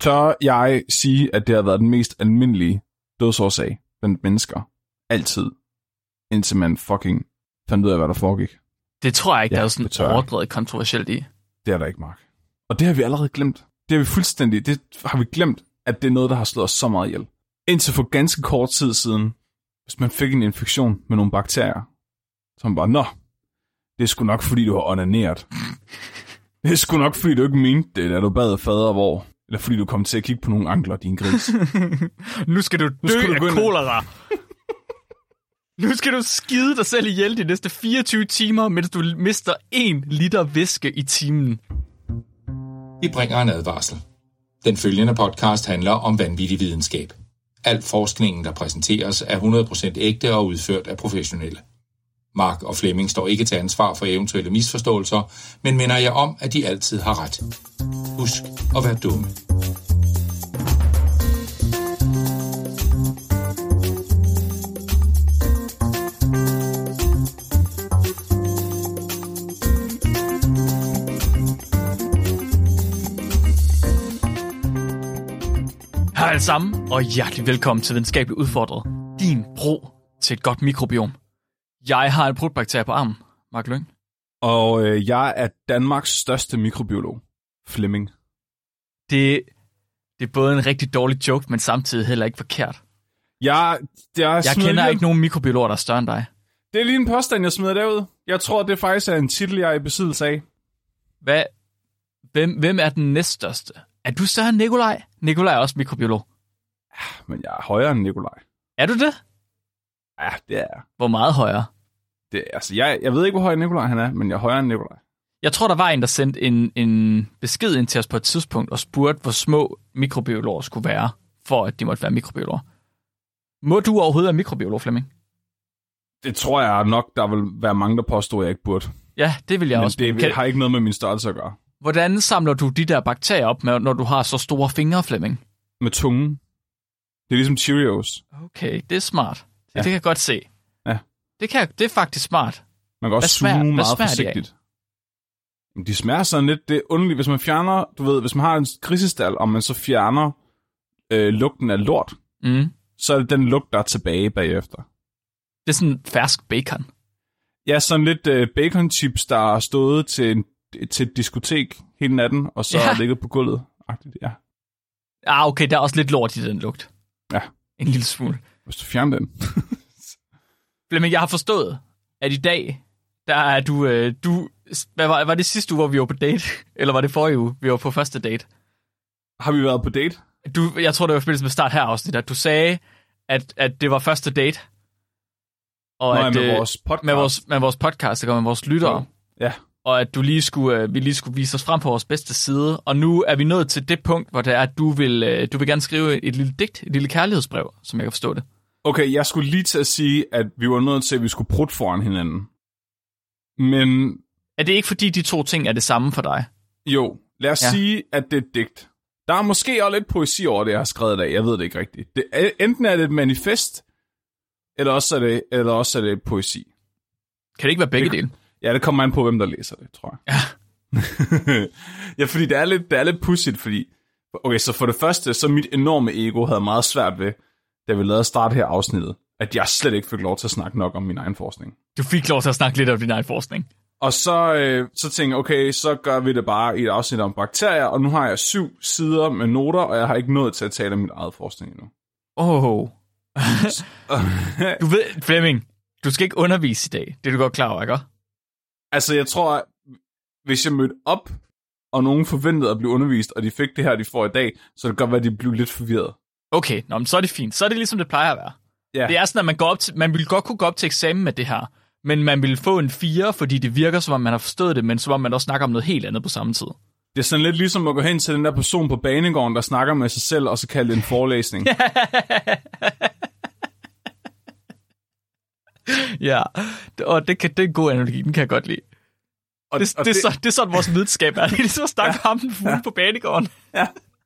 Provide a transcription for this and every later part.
tør jeg sige, at det har været den mest almindelige dødsårsag blandt mennesker. Altid. Indtil man fucking fandt ud af, hvad der foregik. Det tror jeg ikke, der er sådan overdrevet kontroversielt i. Det er der ikke, Mark. Og det har vi allerede glemt. Det har vi fuldstændig. Det har vi glemt, at det er noget, der har slået os så meget ihjel. Indtil for ganske kort tid siden, hvis man fik en infektion med nogle bakterier, så man bare, det er sgu nok, fordi du har onaneret. Det er sgu nok, fordi du ikke mente det, da du bad fader hvor. Eller fordi du kom til at kigge på nogle ankler, din gris. Nu skal du dø af kolera. Nu skal du skide dig selv ihjel de næste 24 timer, mens du mister 1 liter væske i timen. Vi bringer en advarsel. Den følgende podcast handler om vanvittig videnskab. Al forskningen, der præsenteres, er 100% ægte og udført af professionelle. Mark og Flemming står ikke til ansvar for eventuelle misforståelser, men minder jer om, at de altid har ret. Husk at være dumme. Hej alle sammen, og hjertelig velkommen til Videnskabeligt Udfordret. Din bro til et godt mikrobiom. Jeg har en prutbakterie på armen, Mark Lyng. Og jeg er Danmarks største mikrobiolog, Flemming. Det er både en rigtig dårlig joke, men samtidig heller ikke forkert. Jeg kender ikke nogen mikrobiologer, der er større end dig. Det er lige en påstand, jeg smider derud. Jeg tror, det faktisk er en titel, jeg er i besiddelse af. Hvem er den næststørste? Er du større end Nikolaj? Nikolaj er også mikrobiolog. Men jeg er højere end Nikolaj. Er du det? Ja, det er jeg. Hvor meget højere? Jeg ved ikke, hvor høj Nikolaj han er, men jeg er højere end Nikolaj. Jeg tror, der var en, der sendte en besked ind til os på et tidspunkt og spurgte, hvor små mikrobiologer skulle være, for at de måtte være mikrobiologer. Må du overhovedet være mikrobiolog, Flemming? Det tror jeg nok, der vil være mange, der påstår, jeg ikke burde. Ja, det vil jeg men også. Det har ikke noget med min størrelse at gøre. Hvordan samler du de der bakterier op, når du har så store fingre, Flemming? Med tungen. Det er ligesom Cheerios. Okay, det er smart. Ja. Det kan jeg godt se. Ja. Det er faktisk smart. Man kan også suge meget forsigtigt. De smager sådan lidt, det er underligt, hvis man fjerner, hvis man har en grisestal, og man så fjerner lugten af lort, så er det den lugt, der er tilbage bagefter. Det er sådan fersk bacon. Ja, sådan lidt bacon chips, der er stået til et diskotek hele natten, og så er ligget på gulvet. Ja. Okay, der er også lidt lort i den lugt. Ja. En lille smule. Hvis du fjerner den. Flemming, jeg har forstået, at i dag, der er du var det sidste uge, hvor vi var på date? Eller var det forrige uge, vi var på første date? Har vi været på date? Jeg tror, det var i forbindelse med start her afsnit, at du sagde, at det var første date. Og med vores podcast. Med vores podcast, med vores lyttere. Ja. Og at vi lige skulle vise os frem på vores bedste side. Og nu er vi nået til det punkt, hvor det er, at du vil gerne skrive et lille digt, et lille kærlighedsbrev, som jeg kan forstå det. Okay, jeg skulle lige til at sige, at vi var nødt til, at vi skulle prutte foran hinanden. Men... Er det ikke fordi, de to ting er det samme for dig? Jo, lad os sige, at det er et digt. Der er måske også lidt poesi over det, jeg har skrevet i dag. Jeg ved det ikke rigtigt. Enten er det et manifest, eller også er det poesi. Kan det ikke være begge dele? Ja, det kommer an på, hvem der læser det, tror jeg. Ja. Ja, fordi det er lidt pudsigt, fordi... Okay, så for det første, så mit enorme ego havde meget svært ved, da vi lavede start her afsnittet, at jeg slet ikke fik lov til at snakke nok om min egen forskning. Du fik lov til at snakke lidt om din egen forskning. Og så tænkte jeg, okay, så gør vi det bare i et afsnit om bakterier, og nu har jeg 7 sider med noter, og jeg har ikke nået til at tale om min eget forskning endnu. Du ved, Flemming, du skal ikke undervise i dag. Det er du godt klar over, ikke? Altså, jeg tror, at hvis jeg mødte op, og nogen forventede at blive undervist, og de fik det her, de får i dag, så det kan godt være, at de blev lidt forvirret. Okay, men så er det fint. Så er det ligesom det plejer at være. Ja. Det er sådan, at man ville godt kunne gå op til eksamen med det her, men man ville få en 4, fordi det virker, som om man har forstået det, men som om man også snakker om noget helt andet på samme tid. Det er sådan lidt ligesom at gå hen til den der person på banegården, der snakker med sig selv, og så kalde det en forelæsning. Ja, og det er en god analogi, den kan jeg godt lide. Det er sådan, vores videnskab er. Det er ligesom at snakke med ham den fugle på banegården. Ja.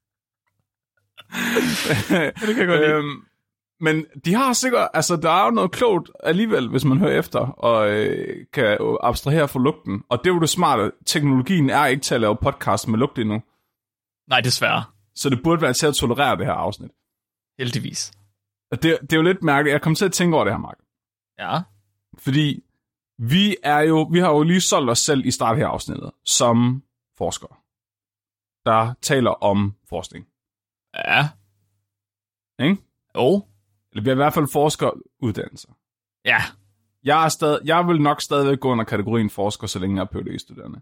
Det kan jeg godt lide. Men de har sikkert, altså der er jo noget klogt alligevel, hvis man hører efter, og kan abstrahere fra lugten. Og det er jo det smarte. Teknologien er ikke til at lave podcast med lugt endnu. Nej, desværre. Så det burde være til at tolerere det her afsnit. Heldigvis. Og det er jo lidt mærkeligt. Jeg kom til at tænke over det her, Mark. Ja. Fordi vi har jo lige solgt os selv i start her afsnittet som forskere, der taler om forskning. Ja. Ikke? Jo. Eller vi er i hvert fald forskeruddannelser. Ja. Jeg vil nok stadigvæk gå under kategorien forsker, så længe jeg er PhD-studerende.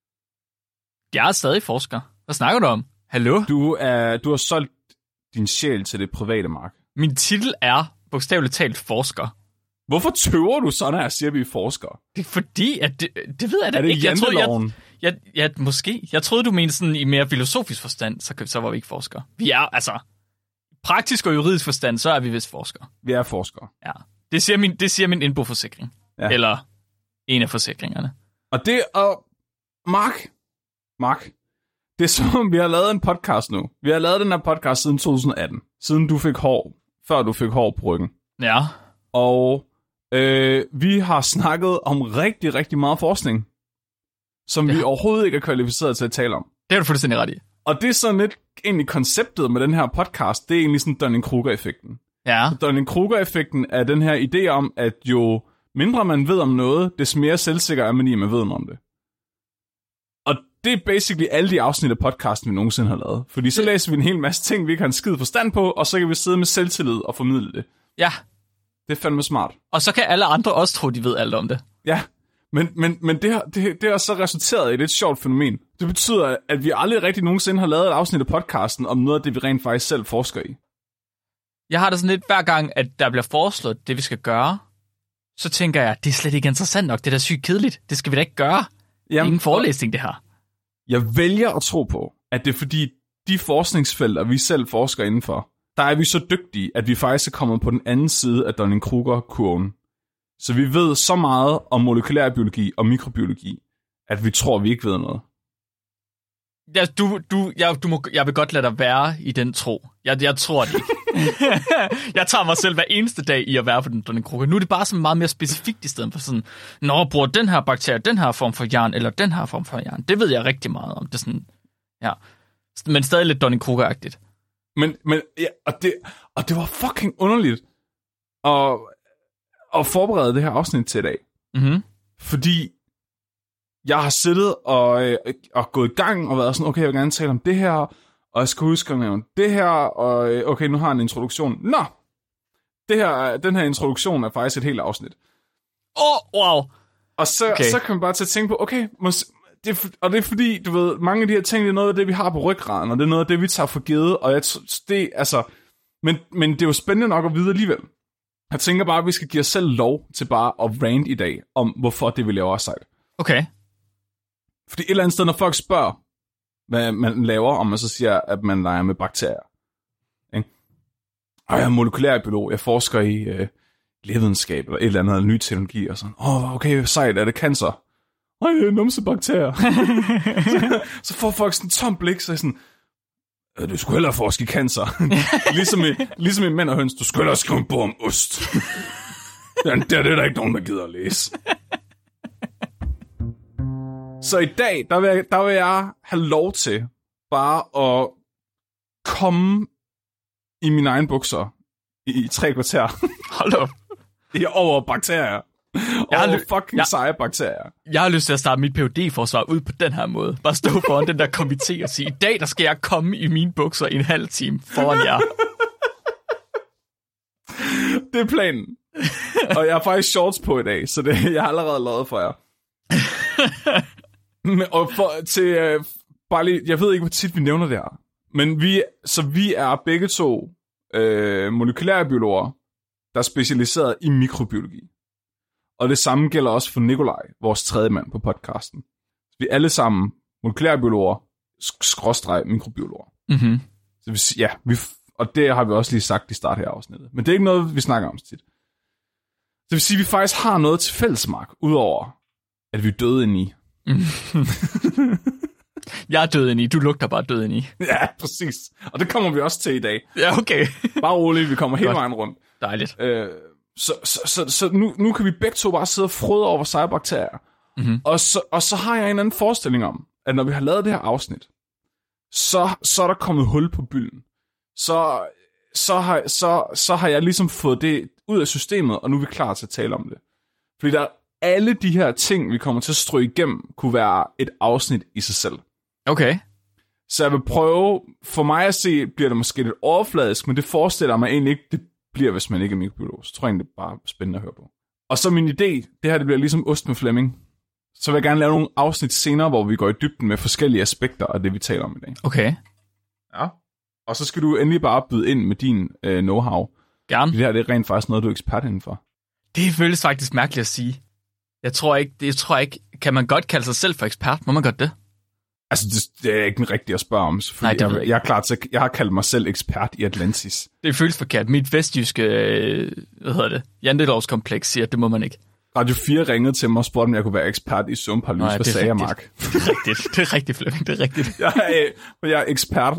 Jeg er stadig forsker. Hvad snakker du om? Hallo? Du har solgt din sjæl til det private, Mark. Min titel er bogstaveligt talt forsker. Hvorfor tøver du så, når jeg siger, at vi er forskere? Det er fordi, at det ved jeg da ikke. Er det janteloven? Ja, måske. Jeg troede, du mente sådan i mere filosofisk forstand, så var vi ikke forskere. Vi er, altså, praktisk og juridisk forstand, så er vi vist forskere. Vi er forskere. Ja. Det siger min indboforsikring. Ja. Eller en af forsikringerne. Og Mark, det er som, vi har lavet en podcast nu. Vi har lavet den her podcast siden 2018. Siden du fik hår, før du fik hår på ryggen. Ja. Og vi har snakket om rigtig, rigtig meget forskning, som vi overhovedet ikke er kvalificeret til at tale om. Det er du fuldstændig ret i. Og det er sådan lidt egentlig konceptet med den her podcast, det er egentlig sådan Dunning-Kruger-effekten. Ja. Dunning-Kruger-effekten er den her idé om, at jo mindre man ved om noget, des mere selvsikker er man i, at man ved om det. Og det er basically alle de afsnit af podcasten, vi nogensinde har lavet. Fordi så læser vi en hel masse ting, vi ikke har en skid forstand på, og så kan vi sidde med selvtillid og formidle det. Ja. Det er fandme smart. Og så kan alle andre også tro, de ved alt om det. Ja, men det har så resulteret i et lidt sjovt fænomen. Det betyder, at vi aldrig rigtig nogensinde har lavet et afsnit af podcasten om noget af det, vi rent faktisk selv forsker i. Jeg har det sådan lidt, hver gang, at der bliver foreslået det, vi skal gøre, så tænker jeg, det er slet ikke interessant nok. Det er da sygt kedeligt. Det skal vi da ikke gøre. Det er ingen forelæsning, det her. Jeg vælger at tro på, at det er fordi, de forskningsfelter, vi selv forsker indenfor, der er vi så dygtige, at vi faktisk er kommet på den anden side af Dunning-Kruger-kurven. Så vi ved så meget om molekylærbiologi og mikrobiologi, at vi tror, vi ikke ved noget. Ja, jeg vil godt lade dig være i den tro. Jeg tror det ikke. Jeg tager mig selv hver eneste dag i at være på den Dunning-Kruger. Nu er det bare sådan meget mere specifikt i stedet for sådan, når bruger den her bakterie, den her form for jern, eller den her form for jern. Det ved jeg rigtig meget om. Det er sådan, ja. Men stadig lidt Dunning-Kruger-agtigt. Men ja, og det var fucking underligt at forberede det her afsnit til i dag. Mm-hmm. Fordi jeg har siddet og gået i gang og været sådan, okay, jeg vil gerne tale om det her, og jeg skal huske at nævne det her, og okay, nu har jeg en introduktion. Nå! Den her introduktion er faktisk et helt afsnit. Wow! Og så kan man bare til at tænke på, okay, og det er fordi, du ved, mange af de her ting, det er noget af det, vi har på ryggraden, og det er noget af det, vi tager for givet, og men det er jo spændende nok at vide alligevel. Jeg tænker bare, at vi skal give os selv lov til bare at rant i dag, om hvorfor det vil lave os sejt. Okay. Fordi et eller andet sted, når folk spørger, hvad man laver, og man så siger, at man leger med bakterier. Ikke? Og jeg er molekylærbiolog, jeg forsker i lægevidenskab, eller et eller andet ny teknologi, og sådan, okay, sejt, er det cancer? Det er numsebakterier. så får folk sådan en tom blik, så er sådan, du skulle hellere forske i cancer. ligesom i Mænd og Høns, du skulle hellere skrive en bog om ost. det er der ikke nogen, der gider at læse. Så i dag, der vil jeg have lov til bare at komme i mine egne bukser i 3 kvarter. Hold op. Over bakterier. Fucking seje bakterier. Jeg har lyst til at starte mit PhD-forsvar ud på den her måde. Bare stå foran den der komité og sige, i dag der skal jeg komme i mine bukser i en halv time foran jer. Det er planen. Og jeg har faktisk shorts på i dag, så jeg har allerede lavet for jer. Og bare lige, jeg ved ikke, hvor tit vi nævner det her, men vi er begge to molekylærbiologer, der er specialiseret i mikrobiologi. Og det samme gælder også for Nikolaj, vores tredje mand på podcasten. Vi er alle sammen molekylærbiologer, /mikrobiologer. Mm-hmm. Så og det har vi også lige sagt i start her afsnittet. Men det er ikke noget, vi snakker om så tit. Det vil sige, at vi faktisk har noget til fællesmark, udover at vi er døde indeni. Jeg er død indeni, du lugter bare død indeni. Ja, præcis. Og det kommer vi også til i dag. Ja, okay. Bare roligt, vi kommer hele vejen rundt. Dejligt. Så nu kan vi begge to bare sidde og frode over cyberbakterier. Mm-hmm. Og så har jeg en anden forestilling om, at når vi har lavet det her afsnit, så er der kommet hul på bylden. Så har jeg ligesom fået det ud af systemet, og nu er vi klar til at tale om det. Fordi der alle de her ting, vi kommer til at stryge igennem, kunne være et afsnit i sig selv. Okay. Så jeg vil prøve, for mig at se, bliver det måske lidt overfladisk, men det forestiller mig egentlig ikke, det bliver, hvis man ikke er mikrobiolog. Så tror jeg egentlig, det er bare spændende at høre på. Og så min idé, det her det bliver ligesom ost med Flemming. Så vil jeg gerne lave nogle afsnit senere, hvor vi går i dybden med forskellige aspekter af det, vi taler om i dag. Okay. Ja. Og så skal du endelig bare byde ind med din know-how. Gerne. Det her det er rent faktisk noget, du er ekspert indenfor. Det føles faktisk mærkeligt at sige. Jeg tror ikke, kan man godt kalde sig selv for ekspert? Må man godt det? Altså, det er ikke den rigtige at spørge om, selvfølgelig. Nej, det er jeg er klar til, jeg har kaldt mig selv ekspert i Atlantis. Det føles forkert. Mit vestjyske, jantelovskompleks siger, at det må man ikke. Radio 4 ringede til mig og spurgte, om jeg kunne være ekspert i sumpar lys. Hvad sagde jeg, Mark? Det er rigtigt. Det er rigtigt, Flemming. Det er rigtigt. Jeg er ekspert,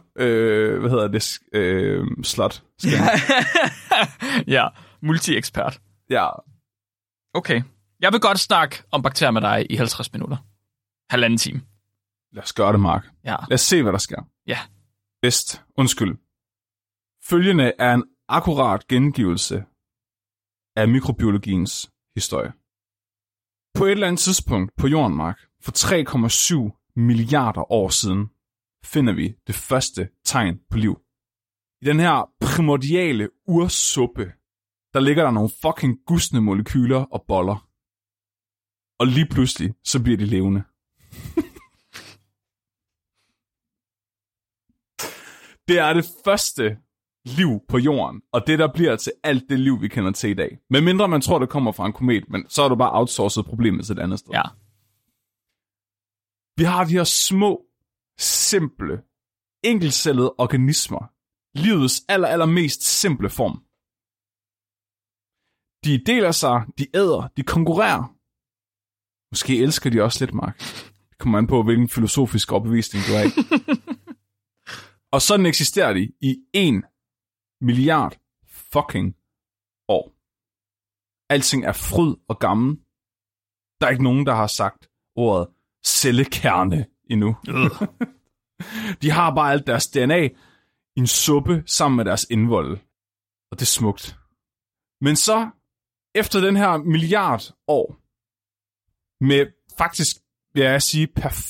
slot. Ja, multi-ekspert. Ja. Okay. Jeg vil godt snakke om bakterier med dig i 50 minutter. 1,5 time. Lad os gøre det, Mark. Ja. Lad os se, hvad der sker. Ja. Bedst. Undskyld. Følgende er en akkurat gengivelse af mikrobiologiens historie. På et eller andet tidspunkt på jorden, Mark, for 3,7 milliarder år siden, finder vi det første tegn på liv. I den her primordiale ursuppe, der ligger der nogle fucking gustne molekyler og boller. Og lige pludselig, så bliver de levende. Det er det første liv på jorden, og det der bliver til alt det liv, vi kender til i dag. Men mindre man tror, det kommer fra en komet, men så er du bare outsourcet problemet til et andet sted. Ja. Vi har de her små, simple, enkeltcellede organismer. Livets allermest simple form. De deler sig, de æder, de konkurrerer. Måske elsker de også lidt, Mark. Det kommer an på, hvilken filosofisk opbevisning du er i. Og sådan eksisterer de i 1 milliard fucking år. Alting er fryd og gammel. Der er ikke nogen, der har sagt ordet cellekerne endnu. De har bare alt deres DNA i en suppe sammen med deres indvolde. Og det er smukt. Men så, efter den her milliard år, med faktisk, vil jeg sige,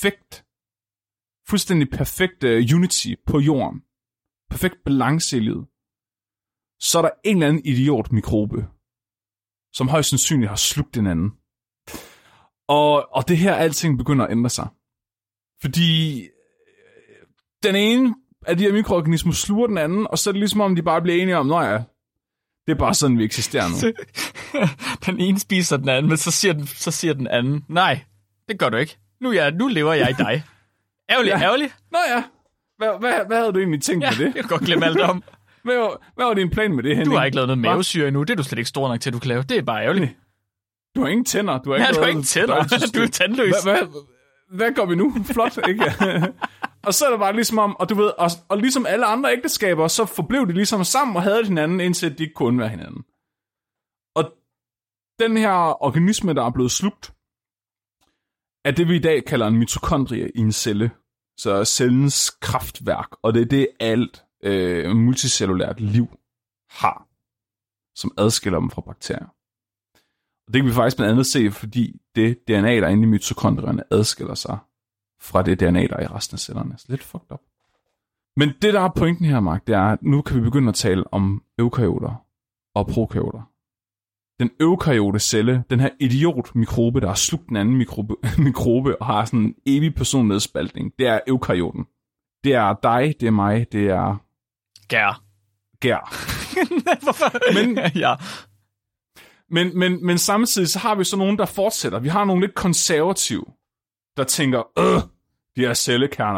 fuldstændig perfekt unity på jorden, perfekt balance i livet, så er der en eller anden idiot-mikrobe, som højst sandsynligt har slugt den anden. Og det her, alting begynder at ændre sig. Fordi den ene af de her mikroorganismer sluger den anden, og så er det ligesom om, de bare bliver enige om, nå ja, det er bare sådan, vi eksisterer nu. Den ene spiser den anden, men så siger den anden, nej, det gør du ikke. Nu lever jeg i dig. Ærgerlig. Nå ja, hvad havde du egentlig tænkt med det? Jeg kan godt glemme alt om. Hvad var din plan med det, Henning? Du har ikke lavet noget mavesyre endnu, det er du slet ikke stor nok til, at du kan lave. Det er bare ærgerligt. Du har ingen tænder. Du har ingen tænder. Du er tandløs. Hvad gør vi nu? Flot, ikke? Og så er det bare ligesom om, og du ved, og ligesom alle andre ægteskaber, så forblev de ligesom sammen og havde hinanden, indtil de ikke kunne være hinanden. Og den her organisme, der er blevet slugt, er det, vi i dag kalder en mitokondrie i en celle. Så cellens kraftværk, og det er det alt multicellulært liv har, som adskiller dem fra bakterier. Og det kan vi faktisk blandt andet se, fordi det DNA, der er inde i mitokondrierne, adskiller sig fra det DNA, der er i resten af cellerne. Så lidt fucked up. Men det, der er pointen her, Mark, det er, at nu kan vi begynde at tale om eukaryoter og prokaryoter. Den eukaryote celle, den her idiot-mikrobe, der har slugt den anden mikrobe og har sådan en evig personlighedsspaltning, det er eukaryoten. Det er dig, det er mig, det er... Gær. Hvorfor? Men samtidig så har vi så nogen, der fortsætter. Vi har nogle lidt konservative, der tænker, de her cellekerner,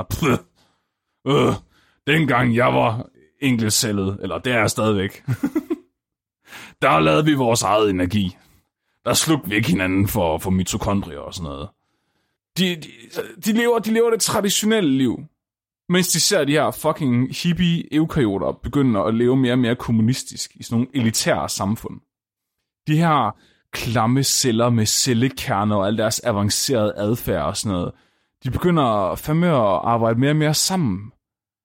dengang jeg var enkeltcellet, eller det er jeg stadigvæk, der lavede vi vores eget energi. Der slugte vi ikke hinanden for mitokondrier og sådan noget. De lever det traditionelle liv, mens de ser de her fucking hippie-eukaryoter begynde at leve mere og mere kommunistisk i sådan nogle elitære samfund. De her klamme celler med cellekerner og al deres avancerede adfærd og sådan noget, de begynder fandme at arbejde mere og mere sammen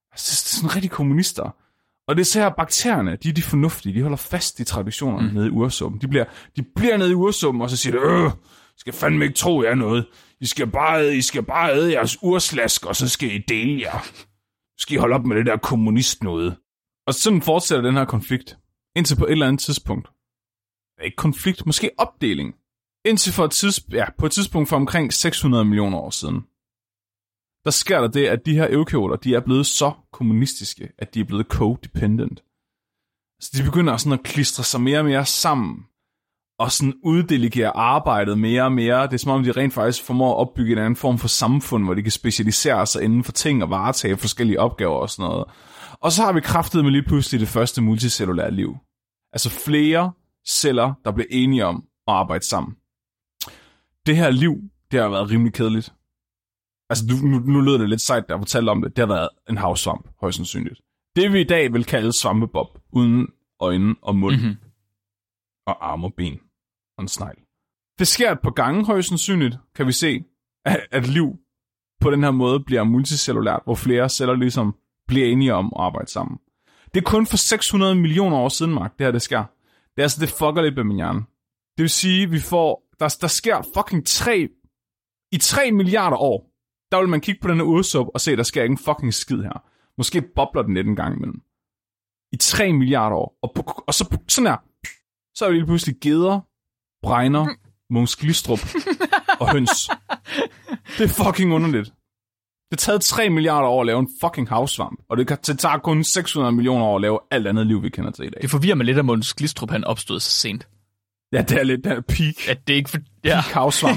Altså, det er sådan rigtig kommunister. Og det er så her, bakterierne, de er de fornuftige, de holder fast i traditionerne nede i ursuppen. De bliver nede i ursuppen, og så siger de, skal fandme ikke tro jer noget. I skal bare æde jeres urslask, og så skal I dele jer. Skal I holde op med det der kommunist noget. Og sådan fortsætter den her konflikt. Indtil på et eller andet tidspunkt. Ikke konflikt, måske opdeling. Indtil på et tidspunkt for omkring 600 millioner år siden. Der sker der det, at de her eukaryoter, de er blevet så kommunistiske, at de er blevet co-dependent. Så de begynder sådan at klistre sig mere og mere sammen, og sådan uddelegere arbejdet mere og mere. Det er som om, de rent faktisk formår at opbygge en anden form for samfund, hvor de kan specialisere sig inden for ting og varetage forskellige opgaver og sådan noget. Og så har vi kraftet med lige pludselig det første multicellulære liv. Altså flere celler, der bliver enige om at arbejde sammen. Det her liv, det har været rimelig kedeligt. Altså, nu lød det lidt sejt, da jeg fortalte om det. Det har været en havsvamp, højst sandsynligt. Det vi i dag vil kalde svampebob, uden øjne og mund, og arme og ben, og en snegl. Det sker et par gange, højst sandsynligt, kan vi se, at liv på den her måde bliver multicellulært, hvor flere celler ligesom bliver enige om at arbejde sammen. Det er kun for 600 millioner år siden, Mark, det her det sker. Det er altså, det fucker lidt med min hjerne. Det vil sige, vi får, der sker fucking 3 milliarder år, der vil man kigge på den her ursuppe og se, der sker ikke en fucking skid her. Måske bobler den lidt en gang imellem. I 3 milliarder år. Og så sådan her, så er vi lige pludselig geder, bregner, Mogens Glistrup og høns. Det er fucking underligt. Det har taget 3 milliarder år at lave en fucking havsvamp, og det tager kun 600 millioner år at lave alt andet liv, vi kender til i dag. Det forvirrer mig lidt, at Mogens Glistrup han opstod så sent. Ja, det er lidt der peak. At det ikke peak havsvamp.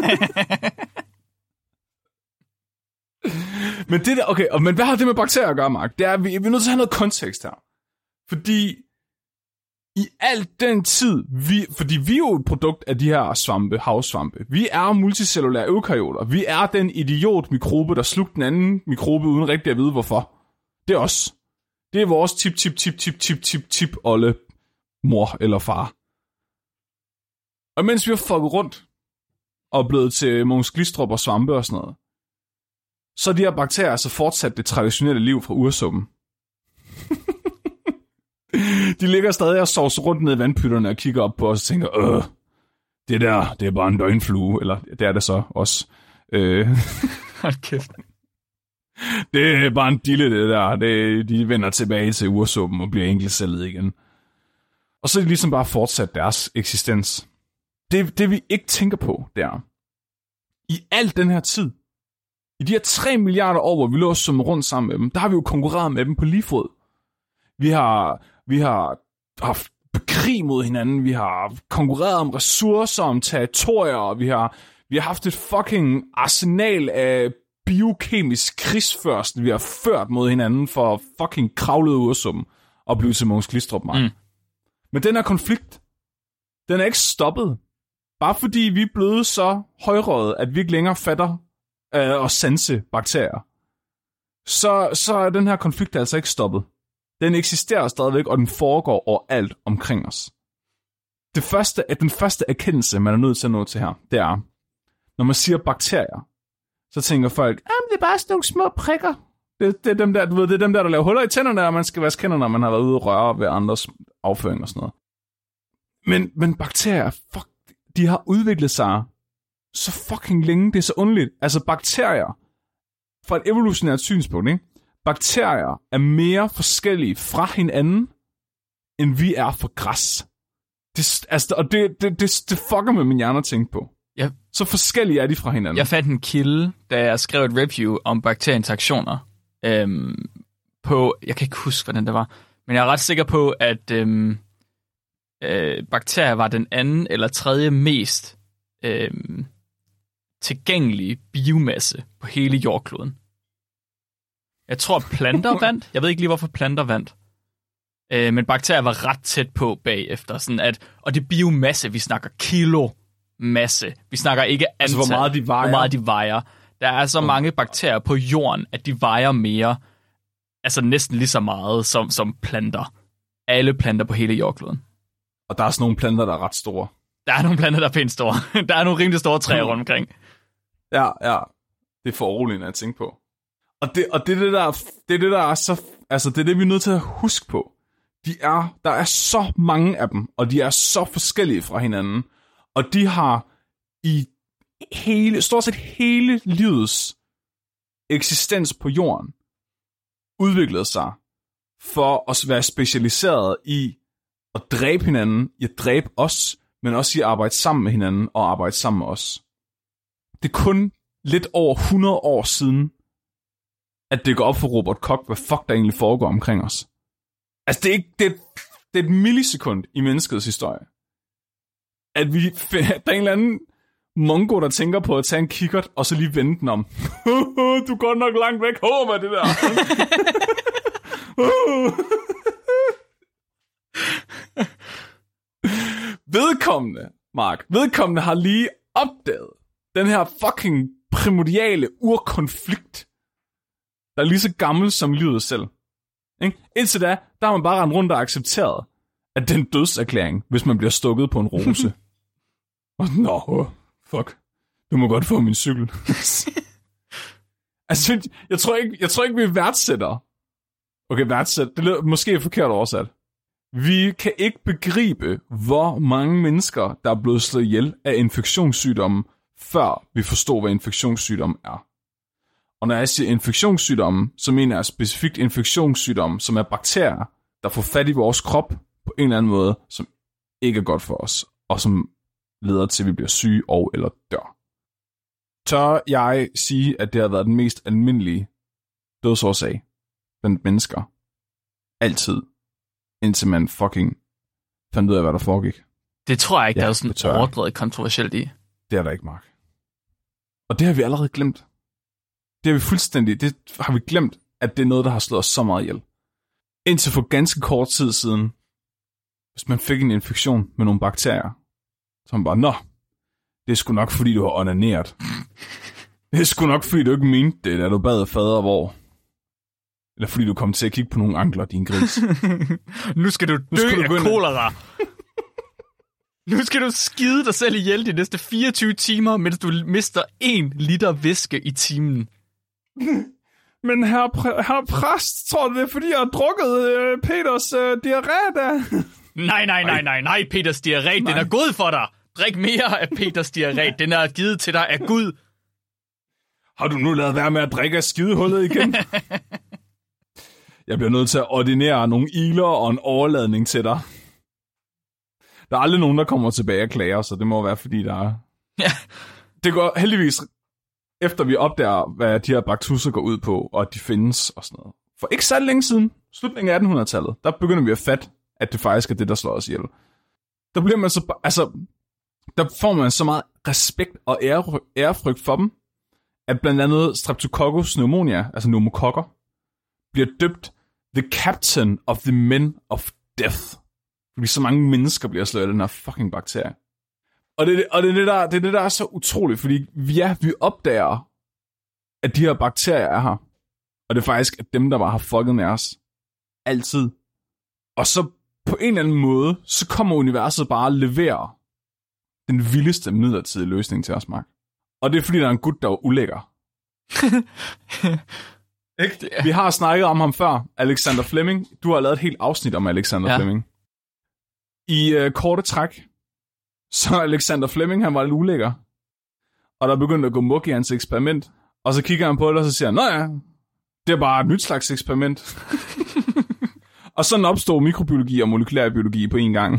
Men det der, okay, men hvad har det med bakterier at gøre, Mark? Det er, vi er nødt til at have noget kontekst her. Fordi i al den tid, fordi vi er jo et produkt af de her havsvampe. Vi er multicellulære eukaryoter. Vi er den idiot-mikrobe, der slugte den anden mikrobe, uden rigtig at vide hvorfor. Det er os. Det er vores tip-olle mor eller far. Og mens vi har fucket rundt og blevet til Mogens Glistrup og svampe og sådan noget, så de her bakterier altså fortsat det traditionelle liv fra ursuppen. De ligger stadig og sovser rundt ned i vandpytterne og kigger op på os og tænker, det der, det er bare en døgnflue, eller det er det så også. Hold kæft. Det er bare en dille, det der. De vender tilbage til ursuppen og bliver enkeltcellet igen. Og så er de ligesom bare fortsat deres eksistens. Det vi ikke tænker på, det er, i al den her tid, i de her 3 milliarder år, hvor vi lå som rundt sammen med dem, der har vi jo konkurreret med dem på lige fod. Vi har haft krig mod hinanden, vi har konkurreret om ressourcer, om territorier, og vi har haft et fucking arsenal af biokemisk krigsførsel, vi har ført mod hinanden for fucking kravlede ursuppen og blive til Mogens Glistrup, Mark. Men den her konflikt, den er ikke stoppet. Bare fordi vi er blevet så højrøget, at vi ikke længere fatter at sanse bakterier, så er den her konflikt altså ikke stoppet. Den eksisterer stadigvæk, og den foregår overalt omkring os. Den første erkendelse, man er nødt til at nå til her, det er, når man siger bakterier, så tænker folk, det er bare sådan nogle små prikker. Det er dem der, du ved, det er dem der laver huller i tænderne, og man skal vaske hænder, når man har været ude og røre ved andres afføring og sådan noget. Men bakterier, fuck, de har udviklet sig så fucking længe, det er så underligt. Altså bakterier, fra et evolutionært synspunkt, ikke? Bakterier er mere forskellige fra hinanden, end vi er for græs. Det fucker med min hjerne at tænke på. Ja. Så forskellige er de fra hinanden. Jeg fandt en kilde, da jeg skrev et review om bakterieinteraktioner. Jeg kan ikke huske, hvordan det var, men jeg er ret sikker på, at bakterier var den anden eller tredje mest tilgængelige biomasse på hele jordkloden. Jeg tror, planter vandt. Jeg ved ikke lige, hvorfor planter vandt. Men bakterier var ret tæt på bagefter. Sådan og det biomasse, vi snakker kilomasse. Vi snakker ikke antal. Altså, hvor meget de vejer. Der er så mange bakterier på jorden, at de vejer mere. Altså næsten lige så meget som planter. Alle planter på hele jordkloden. Og der er sådan nogle planter, der er ret store. Der er nogle planter, der er pænt store. Der er nogle rimelig store træer rundt omkring. Ja. Det er for uroligende at tænke på. Og det er det der er så, altså det er det, vi er nødt til at huske på. Der er så mange af dem, og de er så forskellige fra hinanden, og de har i stort set hele livets eksistens på jorden udviklet sig for at være specialiseret i at dræbe hinanden, i at dræbe os, men også i at arbejde sammen med hinanden og arbejde sammen med os. Det er kun lidt over 100 år siden, at det går op for Robert Koch, hvad fuck der egentlig foregår omkring os. Altså, det er et millisekund i menneskets historie, at der er en eller anden mongo, der tænker på at tage en kikkert, og så lige vende den om. Du går nok langt væk. Hvad det der? Vedkommende har lige opdaget den her fucking primordiale urkonflikt, der er lige så gammel som livet selv. Ikke? Indtil da, der har man bare rendt rundt og accepteret, at det er en dødserklæring, hvis man bliver stukket på en rose. Og fuck. Du må godt få min cykel. Altså, jeg tror ikke, vi værdsætter. Okay, værdsæt. Det er måske forkert oversat. Vi kan ikke begribe, hvor mange mennesker, der er blevet slået ihjel af infektionssygdomme, før vi forstår, hvad infektionssygdomme er. Og når jeg siger infektionssygdomme, så mener jeg specifikt infektionssygdomme, som er bakterier, der får fat i vores krop på en eller anden måde, som ikke er godt for os, og som leder til, at vi bliver syge og eller dør. Tør jeg sige, at det har været den mest almindelige dødsårsag blandt mennesker? Altid. Indtil man fucking fandt ud af, hvad der foregik. Det tror jeg ikke, der er sådan overdrevet kontroversielt i. Det er der ikke, Mark. Og det har vi allerede glemt. Det har vi glemt, at det er noget, der har slået os så meget ihjel. Indtil for ganske kort tid siden, hvis man fik en infektion med nogle bakterier, så man bare, det er sgu nok, fordi du har onaneret. Det er sgu nok, fordi du ikke mente det, da du bad fader hvor. Eller fordi du kom til at kigge på nogle ankler, din gris. Nu skal du dø af kolera. Nu skal du skide dig selv ihjel de næste 24 timer, mens du mister 1 liter væske i timen. Men herre præst, tror du det er, fordi jeg har drukket Peters diarré da? Nej, Peters diarré, den er god for dig. Drik mere af Peters diarré, den er givet til dig af Gud. Har du nu lavet være med at drikke af skidehullet igen? Jeg bliver nødt til at ordinere nogle iler og en overladning til dig. Der er aldrig nogen, der kommer tilbage og klager, så det må være, fordi der er... Ja. Det går heldigvis, efter vi opdager, hvad de her baktusser går ud på, og at de findes og sådan noget. For ikke så længe siden, slutningen af 1800-tallet, der begynder vi at fatte, at det faktisk er det, der slår os ihjel. Der bliver man så... Altså, der får man så meget respekt og ærefrygt for dem, at blandt andet Streptococcus pneumonia, altså pneumokokker, bliver døbt The Captain of the Men of Death. Fordi så mange mennesker bliver slået af den her fucking bakterie. Og det er det, der er så utroligt, fordi vi opdager, at de her bakterier er her. Og det er faktisk at dem, der bare har fucket med os. Altid. Og så på en eller anden måde, så kommer universet bare at levere den vildeste midlertidige løsning til os, Mark. Og det er fordi, der er en gut, der er ulækker. Ikke? Vi har snakket om ham før, Alexander Fleming. Du har lavet et helt afsnit om Alexander Fleming. I korte træk, så Alexander Fleming, han var lidt ulækker. Og der begyndte at gå muk i hans eksperiment. Og så kigger han på det, og så siger han, nå ja, det er bare et nyt slags eksperiment. Og sådan opstod mikrobiologi og molekylærbiologi på en gang.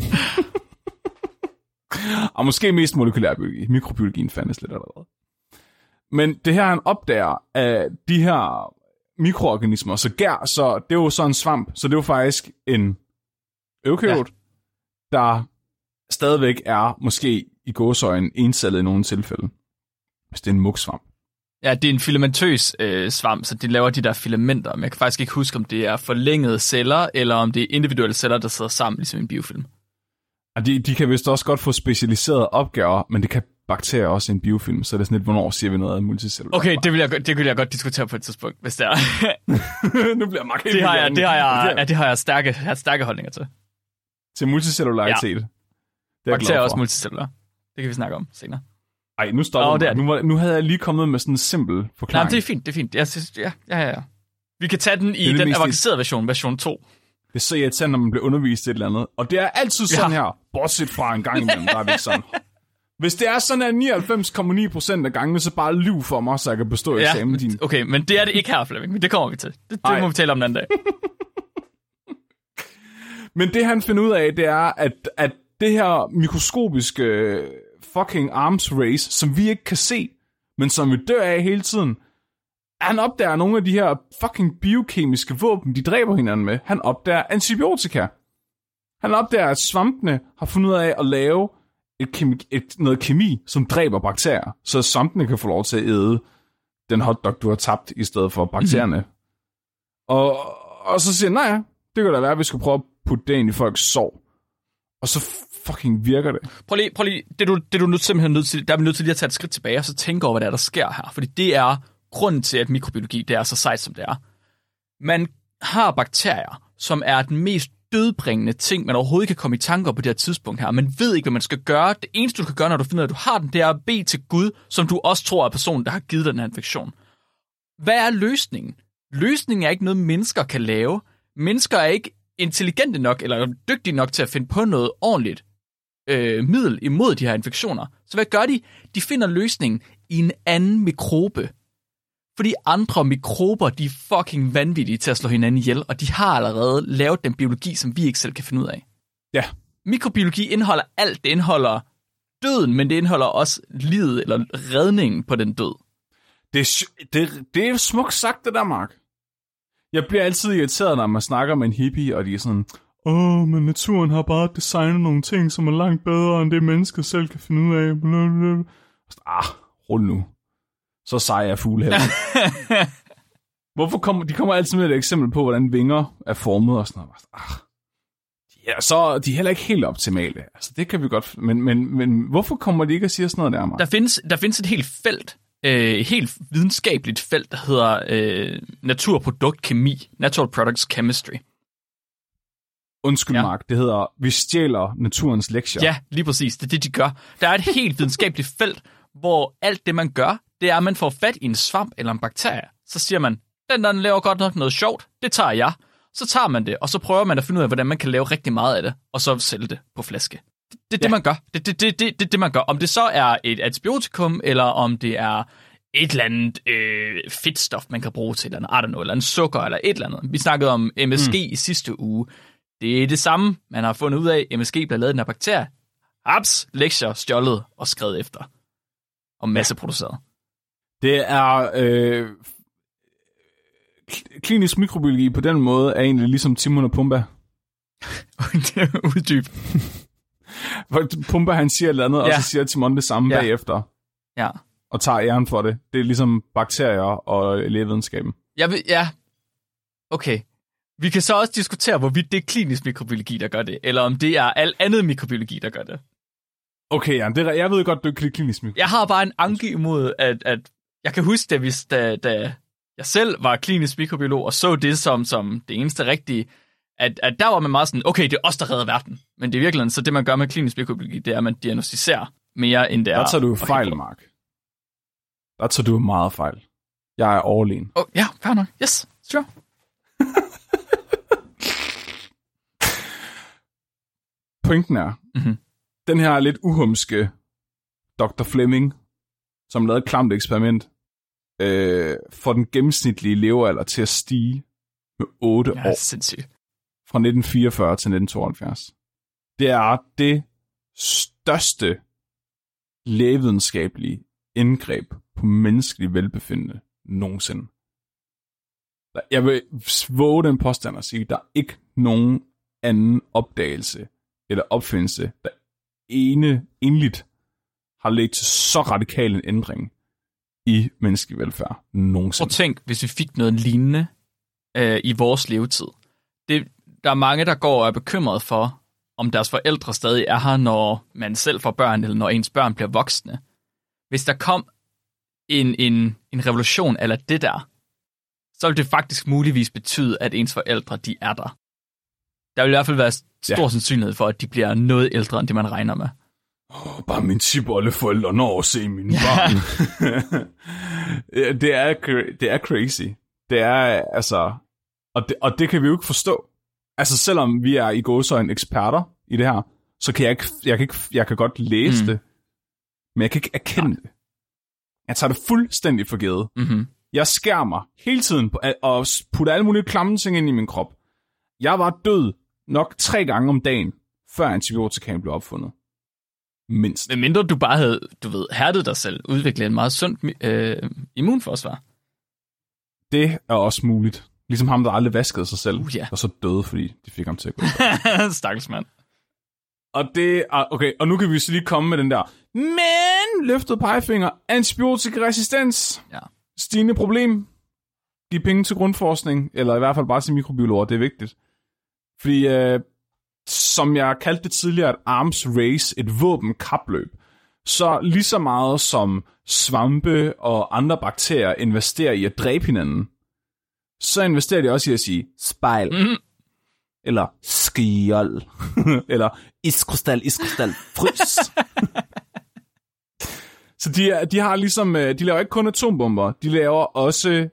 Og måske mest molekylærbiologi. Mikrobiologien fandtes lidt allerede. Men det her, han opdager af de her mikroorganismer, så det er jo så en svamp, så det er jo faktisk en eukaryot, der stadigvæk er måske i gåseøjne encellet i nogle tilfælde, hvis det er en muksvamp. Ja, det er en filamentøs svamp, så de laver de der filamenter, men jeg kan faktisk ikke huske, om det er forlængede celler, eller om det er individuelle celler, der sidder sammen, ligesom en biofilm. Og de kan vist også godt få specialiserede opgaver, men det kan bakterier også i en biofilm, så det er sådan lidt, hvornår siger vi noget af multicellular. Okay, det vil jeg godt diskutere på et tidspunkt, hvis det er. Nu bliver Mark det har jeg stærke holdninger til. Til multicellularitet. Ja. Bakterier er også multicellular. Det kan vi snakke om senere. Ej, nu stopper nu havde jeg lige kommet med sådan en simpel forklaring. Nej, det er fint. Jeg synes, ja. Vi kan tage den i den avancerede version 2. Det er så irriterende, når man bliver undervist i et eller andet. Og det er altid sådan her, bortset fra en gang imellem, der er det ikke sådan. Hvis det er sådan, at 99,9% af gangene, så bare lyv for mig, så jeg kan bestå eksamen din. Okay, men det er det ikke her, Flemming. Det kommer vi til. Det må vi tale om en anden dag. Men det han finder ud af, det er, at det her mikroskopiske fucking arms race, som vi ikke kan se, men som vi dør af hele tiden, han opdager nogle af de her fucking biokemiske våben, de dræber hinanden med. Han opdager antibiotika. Han opdager, at svampene har fundet ud af at lave noget kemi, som dræber bakterier, så svampene kan få lov til at æde den hotdog, du har tabt, i stedet for bakterierne. Og så siger han, nej, det kan da være, at vi skal prøve at putte det ind i folks sår. Og så fucking virker det. Prøv lige, det er du simpelthen nødt til, der er vi nødt til lige at tage et skridt tilbage, og så tænke over, hvad der sker her. Fordi det er grunden til, at mikrobiologi, det er så sejt, som det er. Man har bakterier, som er den mest dødbringende ting, man overhovedet kan komme i tanker på det her tidspunkt her. Man ved ikke, hvad man skal gøre. Det eneste, du kan gøre, når du finder, at du har den, det er at bede til Gud, som du også tror er personen, der har givet den her infektion. Hvad er løsningen? Løsningen er ikke noget, mennesker kan lave. Mennesker er ikke intelligente nok, eller dygtige nok til at finde på noget ordentligt middel imod de her infektioner. Så hvad gør de? De finder løsningen i en anden mikrobe. Fordi andre mikrober, de er fucking vanvittige til at slå hinanden ihjel, og de har allerede lavet den biologi, som vi ikke selv kan finde ud af. Ja. Mikrobiologi indeholder alt. Det indeholder døden, men det indeholder også livet, eller redningen på den død. Det er smukt sagt, det der, Mark. Jeg bliver altid irriteret, når man snakker med en hippie, og de er sådan, men naturen har bare designet nogle ting, som er langt bedre, end det mennesker selv kan finde ud af. Rul nu. Så sej er fuglehælden. Hvorfor kommer altid med et eksempel på, hvordan vinger er formet og sådan noget. Ja, så de er heller ikke helt optimale. Altså, det kan vi godt. Men hvorfor kommer de ikke og siger sådan noget der, Mark? Der findes et helt felt, helt videnskabeligt felt, der hedder naturproduktkemi, Natural Products Chemistry. Undskyld, Mark, det hedder, vi stjæler naturens lektier. Ja, lige præcis, det er det, de gør. Der er et helt videnskabeligt felt, hvor alt det, man gør, det er, at man får fat i en svamp eller en bakterie. Så siger man, den laver godt nok noget sjovt, det tager jeg. Så tager man det, og så prøver man at finde ud af, hvordan man kan lave rigtig meget af det, og så sælge det på flaske. Det er det, man gør. Det, man gør. Om det så er et antibiotikum, eller om det er et eller andet fedtstof, man kan bruge til, eller I don't know, eller en sukker, eller et eller andet. Vi snakkede om MSG i sidste uge. Det er det samme, man har fundet ud af. MSG bliver lavet af den her bakterie. Haps, lektier stjålet og skrevet efter. Og masseproduceret. Det er klinisk mikrobiologi på den måde er egentlig ligesom Timon og Pumba. Det er uddyb. Pumba han siger et eller andet, og så siger Timon det samme bagefter. Ja. Og tager æren for det. Det er ligesom bakterier og lægevidenskaben. Okay. Vi kan så også diskutere, hvorvidt det er klinisk mikrobiologi, der gør det, eller om det er alt andet mikrobiologi, der gør det. Okay, Jan, jeg ved godt, du ikke kan klinisk mikrobiologi. Jeg har bare en anke imod, at jeg kan huske, da jeg selv var klinisk mikrobiolog, og så det som det eneste rigtige, at der var man meget sådan, okay, det er os, der redder verden. Men det er virkelig så det, man gør med klinisk mikrobiologi, det er, at man diagnostiserer mere, end det er. Der tager du fejl, Mark. Der tager du meget fejl. Jeg er overlegen. Ja, fair nok. Yes, sure. Pointen er, den her lidt uhumske Dr. Fleming, som lavede et klamt eksperiment, får den gennemsnitlige levealder til at stige med 8 år. Sindssygt. Fra 1944 til 1972. Det er det største lægevidenskabelige indgreb på menneskelig velbefindende nogensinde. Jeg vil våge den påstand at sige, at der er ikke nogen anden opdagelse eller opfindelse, der enligt har ledt til så radikal en ændring i menneskelig velfærd nogensinde. Og tænk, hvis vi fik noget lignende i vores levetid. Der er mange, der går og er bekymret for, om deres forældre stadig er her, når man selv får børn, eller når ens børn bliver voksne. Hvis der kom en revolution eller det der, så vil det faktisk muligvis betyde, at ens forældre, de er der. Der vil i hvert fald være stor sandsynlighed for, at de bliver noget ældre, end det man regner med. Bare min tibolleforældre når at se mine børn. Det er crazy. Det er, altså... Og det kan vi jo ikke forstå. Altså, selvom vi er i gåseøjne eksperter i det her, så kan jeg kan godt læse det, men jeg kan ikke erkende det. Jeg tager det fuldstændig for givet. Mm-hmm. Jeg skærer mig hele tiden og putter alle mulige klamme ting ind i min krop. Jeg var død nok 3 gange om dagen, før antibiotikaen blev opfundet. Mindst. Men mindre du bare havde, hærdet dig selv, udviklet en meget sund immunforsvar. Det er også muligt. Ligesom ham, der aldrig vaskede sig selv, og så døde, fordi de fik ham til at gå. Stakkels mand. Og nu kan vi så lige komme med den der, men løftet pegefinger, antibiotikaresistens, stigende problem, giv penge til grundforskning, eller i hvert fald bare til mikrobiologer, det er vigtigt. Fordi, som jeg kaldte det tidligere, et arms race, et våbenkapløb, så lige så meget som svampe og andre bakterier investerer i at dræbe hinanden, så investerer de også i at sige spejl, eller skjold, eller iskrystal, frys. Så de har ligesom, de laver ikke kun atombomber, de laver også